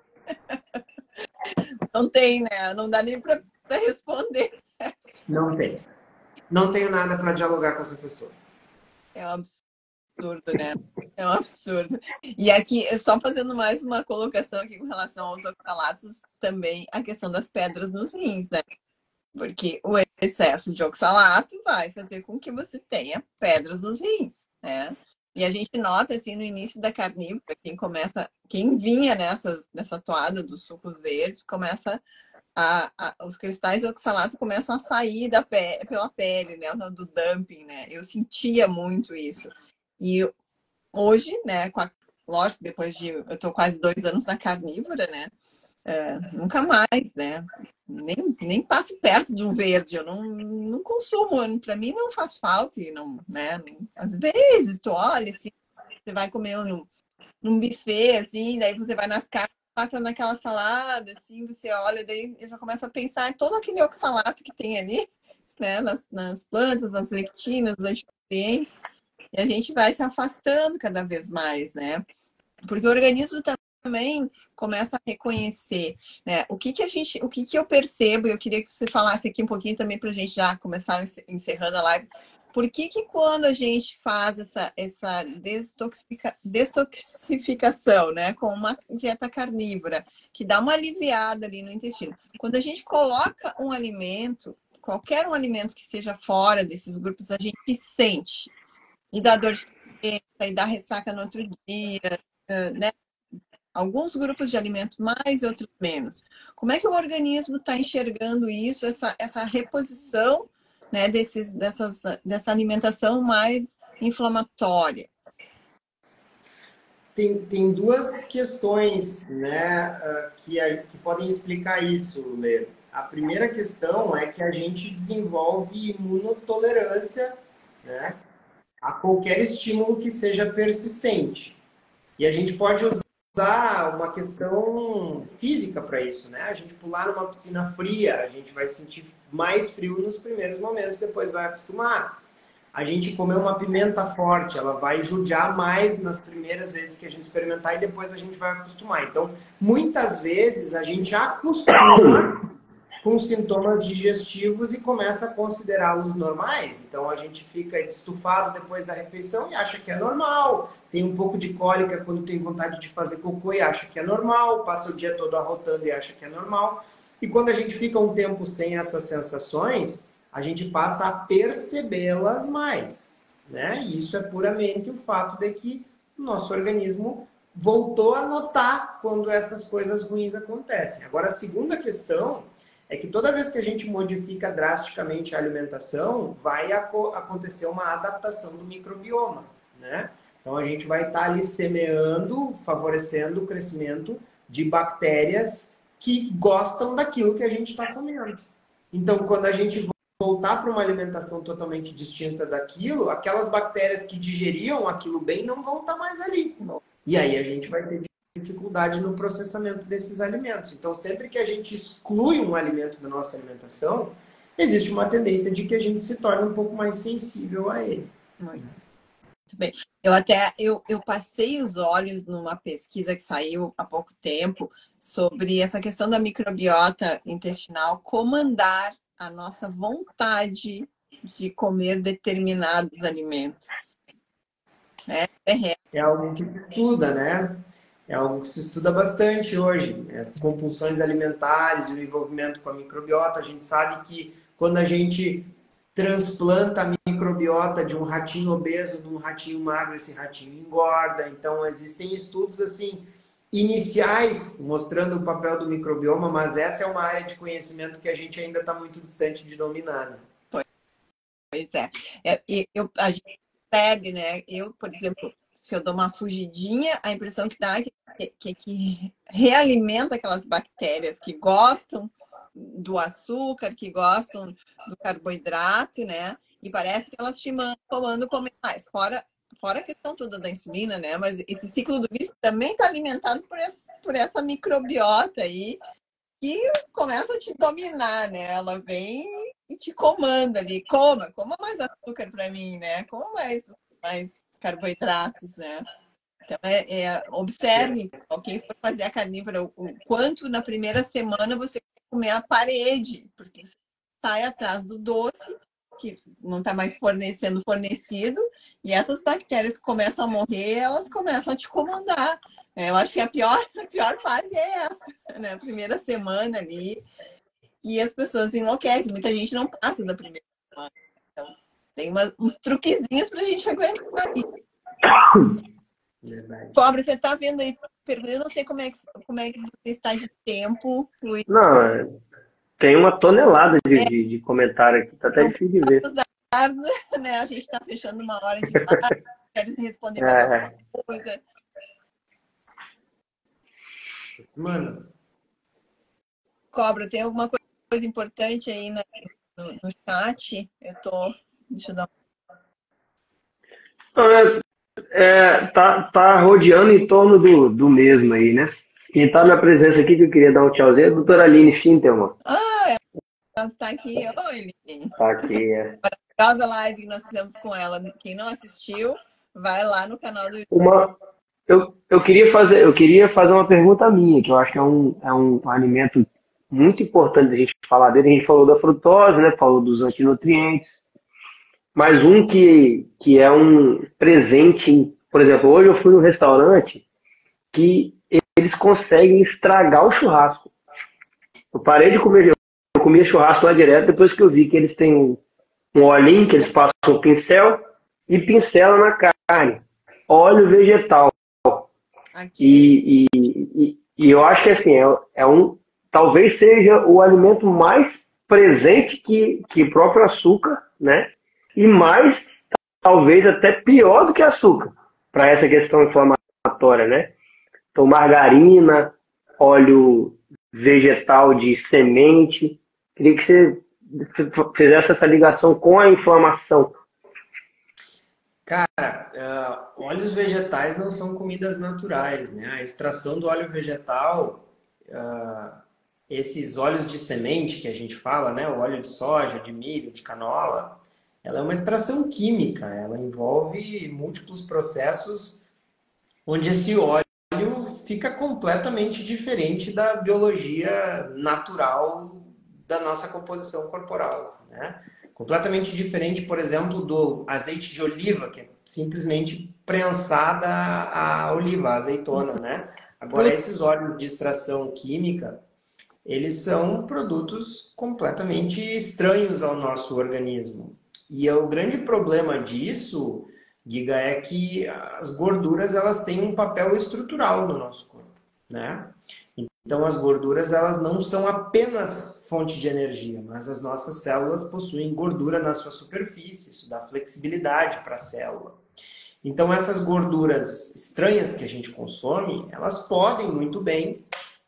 Não tem, né? Não dá nem para responder. Não tem. Não tenho nada para dialogar com essa pessoa. É um absurdo, né? É um absurdo. E aqui, só fazendo mais uma colocação aqui com relação aos oxalatos, também a questão das pedras nos rins, né? Porque o excesso de oxalato vai fazer com que você tenha pedras nos rins, né? E a gente nota, assim, no início da carnívora, quem começa, quem vinha nessas, nessa toada dos sucos verdes, começa a, a, os cristais de oxalato começam a sair da pe pela pele, né? Do dumping, né? Eu sentia muito isso. E hoje, né, com a, lógico, depois de, eu tô quase dois anos na carnívora, né? É, nunca mais, né? Nem, nem passo perto de um verde, eu não, não consumo, para mim não faz falta, e não, né? Às vezes, tu olha, assim, você vai comer num, num buffet, assim, daí você vai nas casas, passa naquela salada, assim, você olha, daí eu já começo a pensar em todo aquele oxalato que tem ali, né? Nas, nas plantas, nas lectinas, os antinutrientes, e a gente vai se afastando cada vez mais, né? Porque o organismo também começa a reconhecer, né? O que que a gente, o que que eu percebo, e eu queria que você falasse aqui um pouquinho também para a gente já começar encerrando a live. Por que que quando a gente faz essa, essa destoxifica, destoxificação, né, com uma dieta carnívora, que dá uma aliviada ali no intestino, quando a gente coloca um alimento, qualquer um alimento que esteja fora desses grupos, a gente sente, e dá dor de cabeça, e dá ressaca no outro dia, né? alguns grupos de alimentos mais e outros menos. Como é que o organismo está enxergando isso, essa, essa reposição, né, desses, dessas, dessa alimentação mais inflamatória? Tem, tem duas questões, né, que, que podem explicar isso, Lê. A primeira questão é que a gente desenvolve imunotolerância, né, a qualquer estímulo que seja persistente. E a gente pode usar uma questão física para isso, né? A gente pular numa piscina fria, a gente vai sentir mais frio nos primeiros momentos, depois vai acostumar. A gente comer uma pimenta forte, ela vai judiar mais nas primeiras vezes que a gente experimentar e depois a gente vai acostumar. Então, muitas vezes a gente acostuma com sintomas digestivos e começa a considerá-los normais. Então, a gente fica estufado depois da refeição e acha que é normal. Tem um pouco de cólica quando tem vontade de fazer cocô e acha que é normal. Passa o dia todo arrotando e acha que é normal. E quando a gente fica um tempo sem essas sensações, a gente passa a percebê-las mais, né? E isso é puramente o fato de que o nosso organismo voltou a notar quando essas coisas ruins acontecem. Agora, a segunda questão é que toda vez que a gente modifica drasticamente a alimentação, vai acontecer uma adaptação do microbioma, né? Então, a gente vai estar ali semeando, favorecendo o crescimento de bactérias que gostam daquilo que a gente está comendo. Então, quando a gente voltar para uma alimentação totalmente distinta daquilo, aquelas bactérias que digeriam aquilo bem não vão estar mais ali. E aí a gente vai ter dificuldade no processamento desses alimentos. Então, sempre que a gente exclui um alimento da nossa alimentação, existe uma tendência de que a gente se torne um pouco mais sensível a ele. Muito bem. Eu até eu, eu passei os olhos numa pesquisa que saiu há pouco tempo sobre essa questão da microbiota intestinal comandar a nossa vontade de comer determinados alimentos. É, é, é algo que se estuda, né? É algo que se estuda bastante hoje. As compulsões alimentares e o envolvimento com a microbiota. A gente sabe que quando a gente transplanta a microbiota de um ratinho obeso num ratinho magro, esse ratinho engorda. Então, existem estudos assim iniciais mostrando o papel do microbioma, mas essa é uma área de conhecimento que a gente ainda está muito distante de dominar. Né? Pois é. é eu, a gente percebe, né? Eu, por exemplo, se eu dou uma fugidinha, a impressão que dá é que, que, que realimenta aquelas bactérias que gostam do açúcar, que gostam do carboidrato, né? E parece que elas te mandam comer mais. Fora, fora a questão toda da insulina, né? Mas esse ciclo do vício também está alimentado por essa, por essa microbiota aí, que começa a te dominar, né? Ela vem e te comanda ali. Coma, coma mais açúcar para mim, né? Coma mais, mais carboidratos, né? Então, é, é, observe, quem for fazer a carnívora, o, o quanto na primeira semana você quer comer a parede, porque você sai atrás do doce, que não está mais fornecendo fornecido, e essas bactérias que começam a morrer, elas começam a te comandar. É, eu acho que a pior, a pior fase é essa, né? A primeira semana ali, e as pessoas enlouquecem. Muita gente não passa da primeira semana. Então, tem umas, uns truquezinhos para a gente aguentar aí. Verdade. Cobra, você está vendo aí? Eu não sei como é que, como é que você está de tempo. Luiz. Não, tem uma tonelada de, é. de, de comentário aqui, tá até difícil de ver. Usar, né? A gente está fechando uma hora de live, quero responder mais é. alguma coisa. Mano. Cobra, tem alguma coisa importante aí na, no, no chat? Eu tô. Deixa eu dar uma. É, tá, tá rodeando em torno do, do mesmo aí, né? Quem tá na presença aqui que eu queria dar um tchauzinho é a doutora Aline Fintelman. Ah, ela está aqui. Oi, Aline. Tá aqui, é. Maravilhosa live que nós fizemos com ela. Quem não assistiu, vai lá no canal do YouTube. Uma, eu, eu, queria fazer, eu queria fazer uma pergunta minha, que eu acho que é um, é um alimento muito importante a gente falar dele. A gente falou da frutose, né? Falou dos antinutrientes. Mas um que, que é um presente, por exemplo, hoje eu fui num restaurante que eles conseguem estragar o churrasco. Eu parei de comer, eu comia churrasco lá direto, depois que eu vi que eles têm um, um olhinho que eles passam o pincel e pincela na carne. Óleo vegetal. Aqui nesse... E, e, e, e eu acho que assim, é, é um, talvez seja o alimento mais presente que, que o próprio açúcar, né? E mais, talvez até pior do que açúcar, para essa questão inflamatória, né? Então, margarina, óleo vegetal de semente. Queria que você fizesse essa ligação com a inflamação. Cara, uh, óleos vegetais não são comidas naturais, né? A extração do óleo vegetal, uh, esses óleos de semente que a gente fala, né? O óleo de soja, de milho, de canola, ela é uma extração química, ela envolve múltiplos processos onde esse óleo fica completamente diferente da biologia natural da nossa composição corporal, né? Completamente diferente, por exemplo, do azeite de oliva, que é simplesmente prensada a oliva, a azeitona, né? Agora, esses óleos de extração química, eles são produtos completamente estranhos ao nosso organismo. E o grande problema disso, Giga, é que as gorduras elas têm um papel estrutural no nosso corpo, né? Então as gorduras elas não são apenas fonte de energia, mas as nossas células possuem gordura na sua superfície, isso dá flexibilidade para a célula. Então essas gorduras estranhas que a gente consome, elas podem muito bem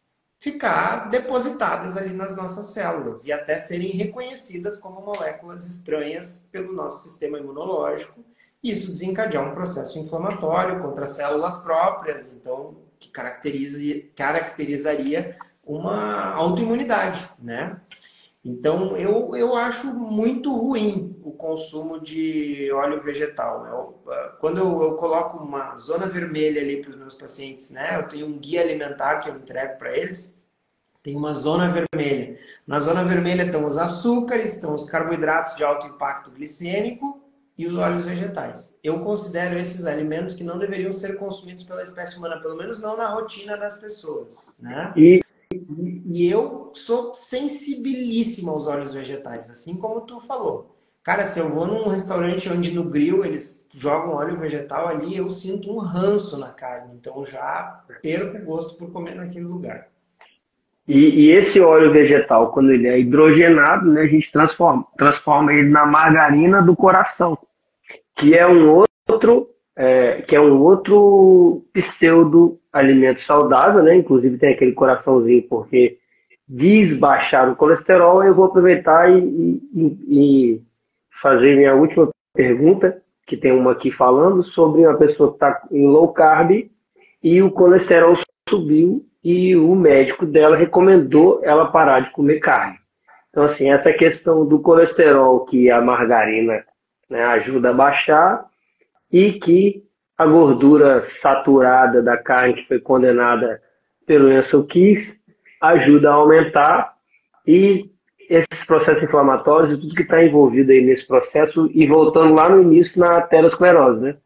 ficar depositadas ali nas nossas células e até serem reconhecidas como moléculas estranhas pelo nosso sistema imunológico. E isso desencadear um processo inflamatório contra as células próprias, então, que caracteriza, caracterizaria uma autoimunidade, né? Então, eu, eu acho muito ruim o consumo de óleo vegetal. Eu, quando eu, eu coloco uma zona vermelha ali para os meus pacientes, né? Eu tenho um guia alimentar que eu entrego para eles, tem uma zona vermelha. Na zona vermelha estão os açúcares, estão os carboidratos de alto impacto glicêmico e os óleos vegetais. Eu considero esses alimentos que não deveriam ser consumidos pela espécie humana, pelo menos não na rotina das pessoas, né? E, e eu sou sensibilíssimo aos óleos vegetais, assim como tu falou. Cara, se eu vou num restaurante onde no grill eles jogam óleo vegetal ali, eu sinto um ranço na carne. Então já perco o gosto por comer naquele lugar. e, e esse óleo vegetal, quando ele é hidrogenado, né, a gente transforma, transforma ele na margarina do coração, que é um outro, é, que é um outro pseudo alimento saudável, né? Inclusive tem aquele coraçãozinho porque diz baixar o colesterol. Eu vou aproveitar e, e, e fazer minha última pergunta, que tem uma aqui falando sobre uma pessoa que está em low carb e o colesterol subiu e o médico dela recomendou ela parar de comer carne. Então, assim, essa questão do colesterol que a margarina, né, ajuda a baixar e que a gordura saturada da carne que foi condenada pelo Ansel Keys ajuda a aumentar, e esses processos inflamatórios e tudo que está envolvido aí nesse processo, e voltando lá no início na aterosclerose, né?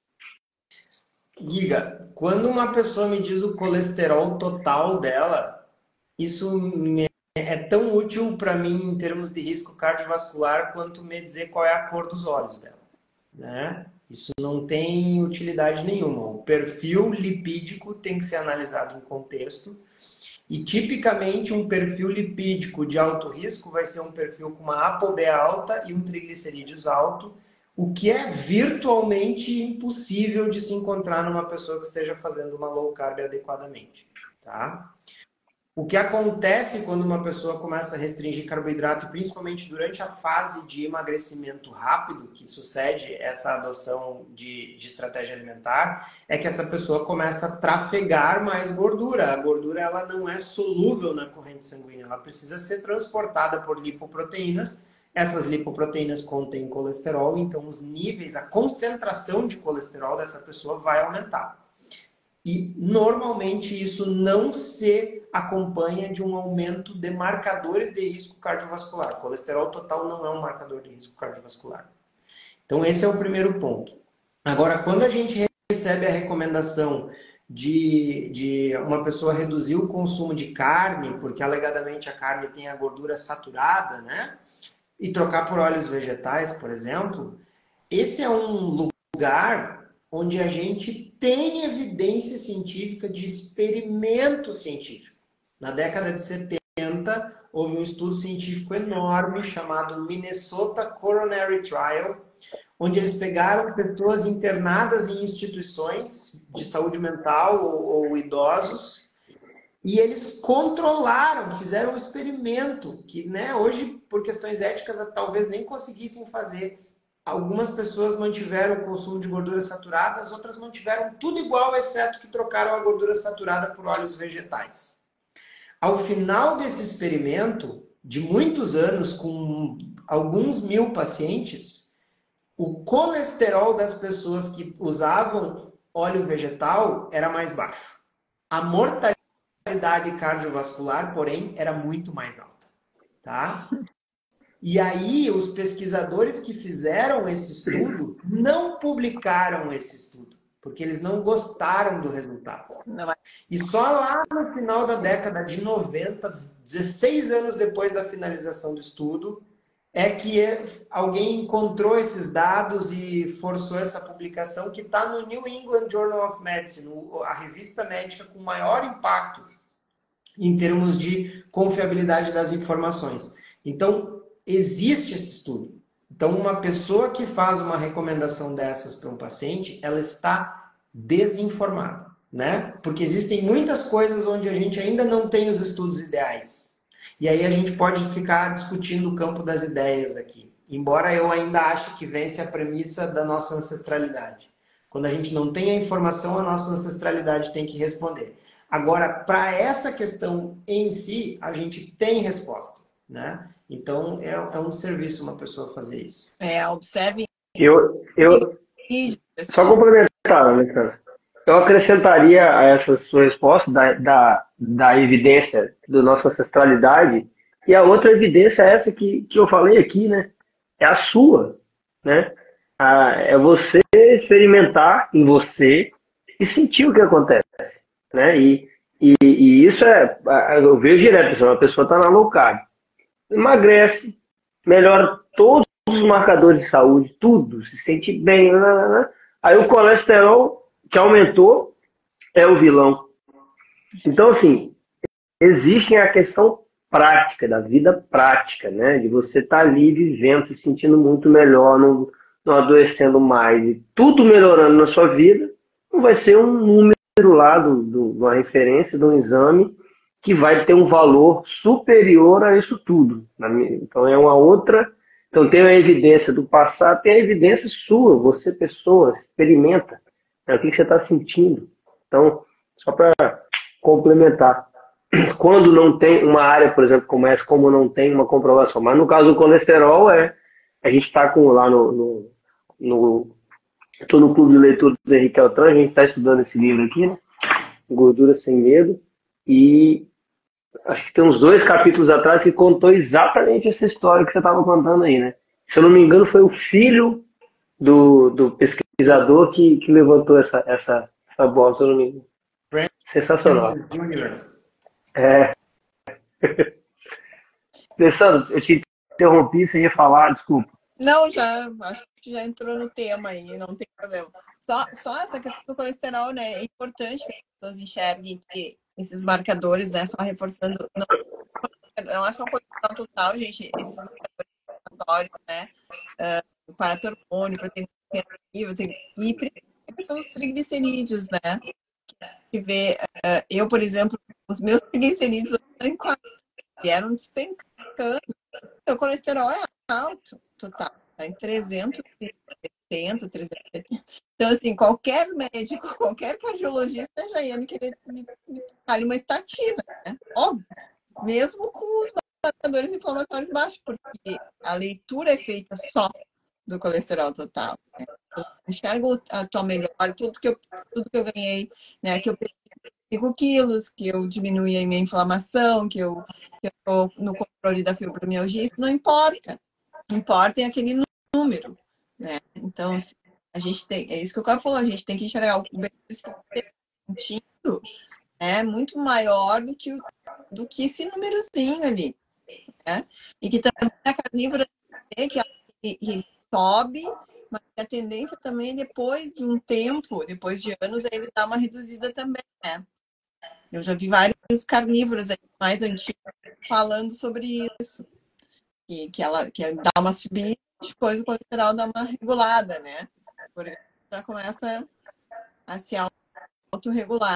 Giga, quando uma pessoa me diz o colesterol total dela, isso me é tão útil para mim em termos de risco cardiovascular quanto me dizer qual é a cor dos olhos dela, né? Isso não tem utilidade nenhuma. O perfil lipídico tem que ser analisado em contexto e tipicamente um perfil lipídico de alto risco vai ser um perfil com uma ApoB alta e um triglicerídeos alto, o que é virtualmente impossível de se encontrar numa pessoa que esteja fazendo uma low carb adequadamente, tá? O que acontece quando uma pessoa começa a restringir carboidrato, principalmente durante a fase de emagrecimento rápido, que sucede essa adoção de, de estratégia alimentar, é que essa pessoa começa a trafegar mais gordura. A gordura ela não é solúvel na corrente sanguínea, ela precisa ser transportada por lipoproteínas. Essas lipoproteínas contêm colesterol, então os níveis, a concentração de colesterol dessa pessoa vai aumentar. E normalmente isso não se acompanha de um aumento de marcadores de risco cardiovascular. Colesterol total não é um marcador de risco cardiovascular. Então esse é o primeiro ponto. Agora, quando a gente recebe a recomendação de, de uma pessoa reduzir o consumo de carne, porque alegadamente a carne tem a gordura saturada, né? E trocar por óleos vegetais, por exemplo, esse é um lugar onde a gente tem evidência científica de experimento científico. Na década de setenta, houve um estudo científico enorme chamado Minnesota Coronary Trial, onde eles pegaram pessoas internadas em instituições de saúde mental ou, ou idosos, e eles controlaram, fizeram um experimento que, né, hoje, por questões éticas, talvez nem conseguissem fazer. Algumas pessoas mantiveram o consumo de gorduras saturadas, outras mantiveram tudo igual, exceto que trocaram a gordura saturada por óleos vegetais. Ao final desse experimento, de muitos anos, com alguns mil pacientes, o colesterol das pessoas que usavam óleo vegetal era mais baixo. A mortalidade cardiovascular, porém, era muito mais alta. Tá? E aí, os pesquisadores que fizeram esse estudo não publicaram esse estudo, porque eles não gostaram do resultado. E só lá no final da década de noventa, dezesseis anos depois da finalização do estudo, é que alguém encontrou esses dados e forçou essa publicação, que está no New England Journal of Medicine, a revista médica com maior impacto em termos de confiabilidade das informações. Então, existe esse estudo. Então, uma pessoa que faz uma recomendação dessas para um paciente, ela está desinformada, né? Porque existem muitas coisas onde a gente ainda não tem os estudos ideais. E aí a gente pode ficar discutindo o campo das ideias aqui. Embora eu ainda ache que vence a premissa da nossa ancestralidade. Quando a gente não tem a informação, a nossa ancestralidade tem que responder. Agora, para essa questão em si, a gente tem resposta, né? Então, é, é um serviço uma pessoa fazer isso. É, observe. Eu, eu, só complementar, Alessandra. Eu acrescentaria a essa sua resposta da, da, da evidência da nossa ancestralidade, e a outra evidência é essa que, que eu falei aqui, né? É a sua, né? A, é você experimentar em você e sentir o que acontece, né? E, e, e isso é, eu vejo direto, uma pessoa está na low carb, emagrece, melhora todos os marcadores de saúde, tudo, se sente bem, né? Aí o colesterol que aumentou é o vilão. Então, assim, existe a questão prática, da vida prática, né? De você estar ali vivendo, se sentindo muito melhor, não, não adoecendo mais, e tudo melhorando na sua vida, não vai ser um número lá do, do, de uma referência, de um exame, que vai ter um valor superior a isso tudo. Então, é uma outra... Então, tem a evidência do passado, tem a evidência sua, você, pessoa, experimenta. É o que você está sentindo. Então, só para complementar, quando não tem uma área, por exemplo, como essa, como não tem uma comprovação, mas no caso do colesterol, é, a gente está com lá no, no, no estou no clube de leitura do Henrique Altran, a gente está estudando esse livro aqui, né? Gordura Sem Medo, e acho que tem uns dois capítulos atrás que contou exatamente essa história que você estava contando aí, né? Se eu não me engano, foi o filho do, do pesquisador que, que levantou essa, essa, essa bola, se eu não me engano. Sensacional. É. Alessandro, eu te interrompi, você ia falar, desculpa. Não, já, acho que já entrou no tema aí, não tem problema. Só, só essa questão do colesterol, né? É importante que as pessoas enxerguem que esses marcadores, né? Só reforçando, não, não é só colesterol total, gente, esses marcadores inflamatórios, né? Uh, paratormônio, proteína tem, e a questão dos triglicerídeos, né? Que vê, uh, eu, por exemplo, os meus triglicerídeos estão em quatro, vieram despencando. O colesterol é alto, total, tá em trezentos e setenta, trezentos e setenta. Então, assim, qualquer médico, qualquer cardiologista já ia me querer me, me dar uma estatina, né? Óbvio. Mesmo com os marcadores inflamatórios baixos, porque a leitura é feita só do colesterol total. Né? Eu enxergo a tua melhor, tudo que eu, tudo que eu ganhei, né? Que eu perdi cinco quilos, que eu diminuí a minha inflamação, que eu estou no controle da fibromialgia, isso não importa. Importa é aquele número, né? Então, assim, a gente tem, é isso que o Caio falou, a gente tem que enxergar o benefício que você está sentindo é muito maior do que, o, do que esse númerozinho ali, né? E que também a carnívora que ela, ele sobe, mas a tendência também é depois de um tempo, depois de anos, ele dá uma reduzida também, né? Eu já vi vários carnívoros aí mais antigos falando sobre isso, que, que ela que dá uma subida, depois o colesterol dá uma regulada, né? Porque já começa a se autorregular.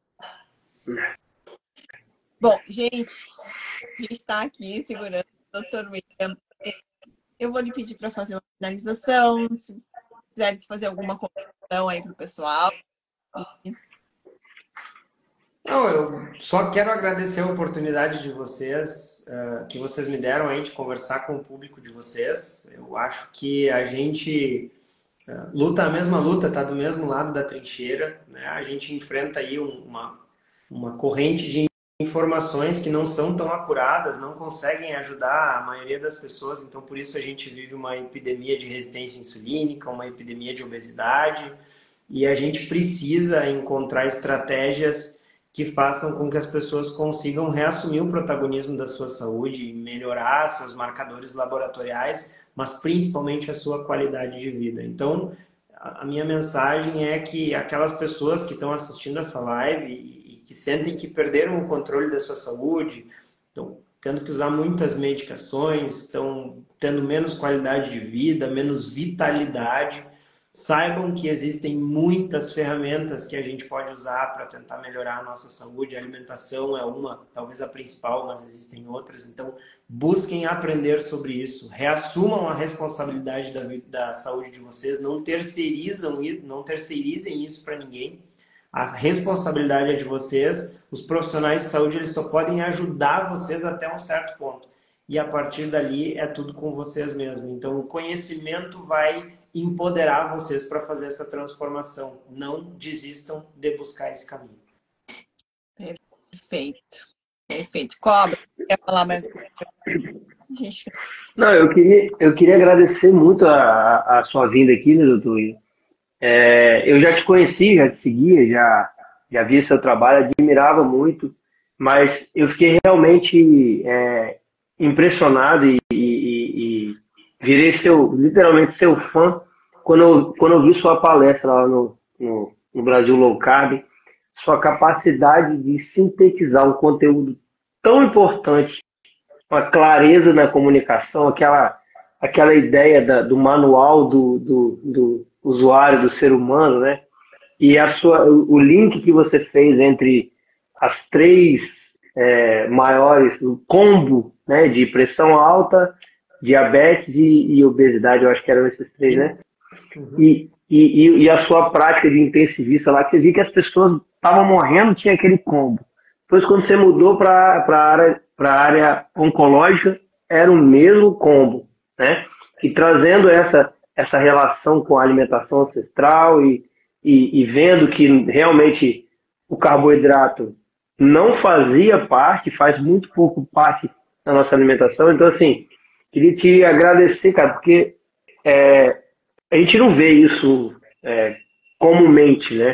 Bom, gente, a gente está aqui segurando o doutor William. Eu vou lhe pedir para fazer uma finalização, se quiser fazer alguma conclusão aí para o pessoal. E... Não, eu só quero agradecer a oportunidade de vocês, uh, que vocês me deram aí de conversar com o público de vocês. Eu acho que a gente uh, luta a mesma luta, está do mesmo lado da trincheira, né? A gente enfrenta aí uma, uma corrente de informações que não são tão acuradas, não conseguem ajudar a maioria das pessoas, então por isso a gente vive uma epidemia de resistência insulínica, uma epidemia de obesidade, e a gente precisa encontrar estratégias que façam com que as pessoas consigam reassumir o protagonismo da sua saúde, melhorar seus marcadores laboratoriais, mas principalmente a sua qualidade de vida. Então, a minha mensagem é que aquelas pessoas que estão assistindo essa live que sentem que perderam o controle da sua saúde, estão tendo que usar muitas medicações, estão tendo menos qualidade de vida, menos vitalidade, saibam que existem muitas ferramentas que a gente pode usar para tentar melhorar a nossa saúde. A alimentação é uma, talvez a principal, mas existem outras. Então, busquem aprender sobre isso, reassumam a responsabilidade da, da saúde de vocês, não terceirizam, não terceirizem isso para ninguém. A responsabilidade é de vocês. Os profissionais de saúde eles só podem ajudar vocês até um certo ponto. E a partir dali é tudo com vocês mesmo. Então o conhecimento vai empoderar vocês para fazer essa transformação. Não desistam de buscar esse caminho. Perfeito. Perfeito. Cobra, quer falar mais alguma coisa? Gente... Não, eu queria, eu queria agradecer muito a, a sua vinda aqui, né, doutor William? É, eu já te conheci, já te seguia, já, já via seu trabalho, admirava muito, mas eu fiquei realmente é, impressionado e, e, e virei seu, literalmente seu fã quando eu, quando eu vi sua palestra lá no, no, no Brasil Low Carb, sua capacidade de sintetizar um conteúdo tão importante, uma clareza na comunicação, aquela, aquela ideia da, do manual do, do, do usuário, do ser humano, né? E a sua, o link que você fez entre as três é, maiores, o combo, né, de pressão alta, diabetes e, e obesidade, eu acho que eram esses três, né? Uhum. E, e, e a sua prática de intensivista lá, que você viu que as pessoas estavam morrendo, tinha aquele combo. Depois, quando você mudou para a área, para a área oncológica, era o mesmo combo, né? E trazendo essa essa relação com a alimentação ancestral e, e, e vendo que realmente o carboidrato não fazia parte, faz muito pouco parte da nossa alimentação. Então, assim, queria te agradecer, cara, porque é, a gente não vê isso é, comumente, né?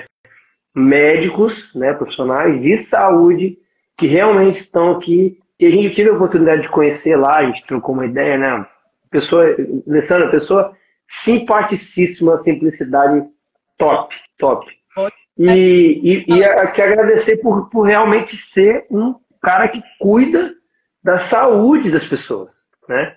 Médicos, né, profissionais de saúde que realmente estão aqui, e a gente teve a oportunidade de conhecer lá, a gente trocou uma ideia, né? Pessoa, Alessandra, pessoa simpaticíssima, simplicidade top, top. E, e, e a te agradecer por, por realmente ser um cara que cuida da saúde das pessoas, né?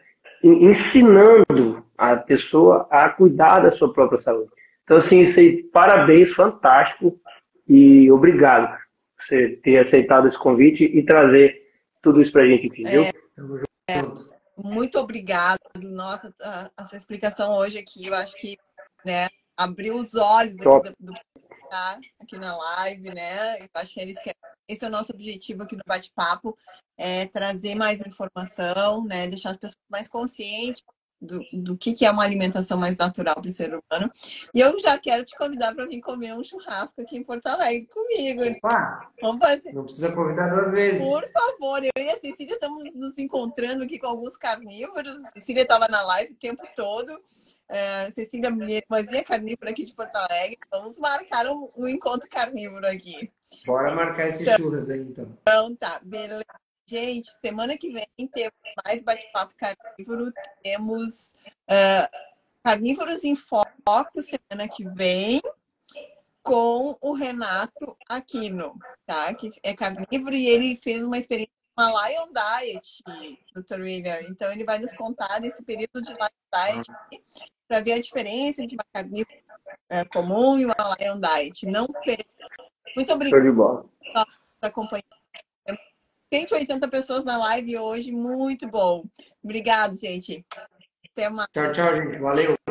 Ensinando a pessoa a cuidar da sua própria saúde. Então, assim, isso aí, parabéns, fantástico e obrigado por você ter aceitado esse convite e trazer tudo isso pra gente aqui, viu? É, é. Muito obrigada. Nossa, a sua explicação hoje aqui, eu acho que, né, abriu os olhos aqui do, do tá, aqui na live, né? Eu acho que eles querem, esse é o nosso objetivo aqui no bate-papo, é trazer mais informação, né? Deixar as pessoas mais conscientes do, do que, que é uma alimentação mais natural para o ser humano. E eu já quero te convidar para vir comer um churrasco aqui em Porto Alegre comigo. Opa, vamos fazer. Não precisa convidar duas vezes. Por favor, eu e a Cecília estamos nos encontrando aqui com alguns carnívoros. A Cecília estava na live o tempo todo. Uh, Cecília, minha irmãzinha carnívora aqui de Porto Alegre. Vamos marcar um, um encontro carnívoro aqui. Bora marcar esses então, churras aí, então. Então tá, beleza. Gente, semana que vem temos mais bate-papo carnívoro. Temos uh, Carnívoros em Foco, semana que vem, com o Renato Aquino, tá? Que é carnívoro e ele fez uma experiência com a Lion Diet, doutor William. Então, ele vai nos contar desse período de Lion Diet para ver a diferença entre uma carnívora é, comum e uma Lion Diet. Não perca. Muito obrigada por acompanhar. cento e oitenta pessoas na live hoje, muito bom. Obrigado, gente. Até mais. Tchau, tchau, gente. Valeu.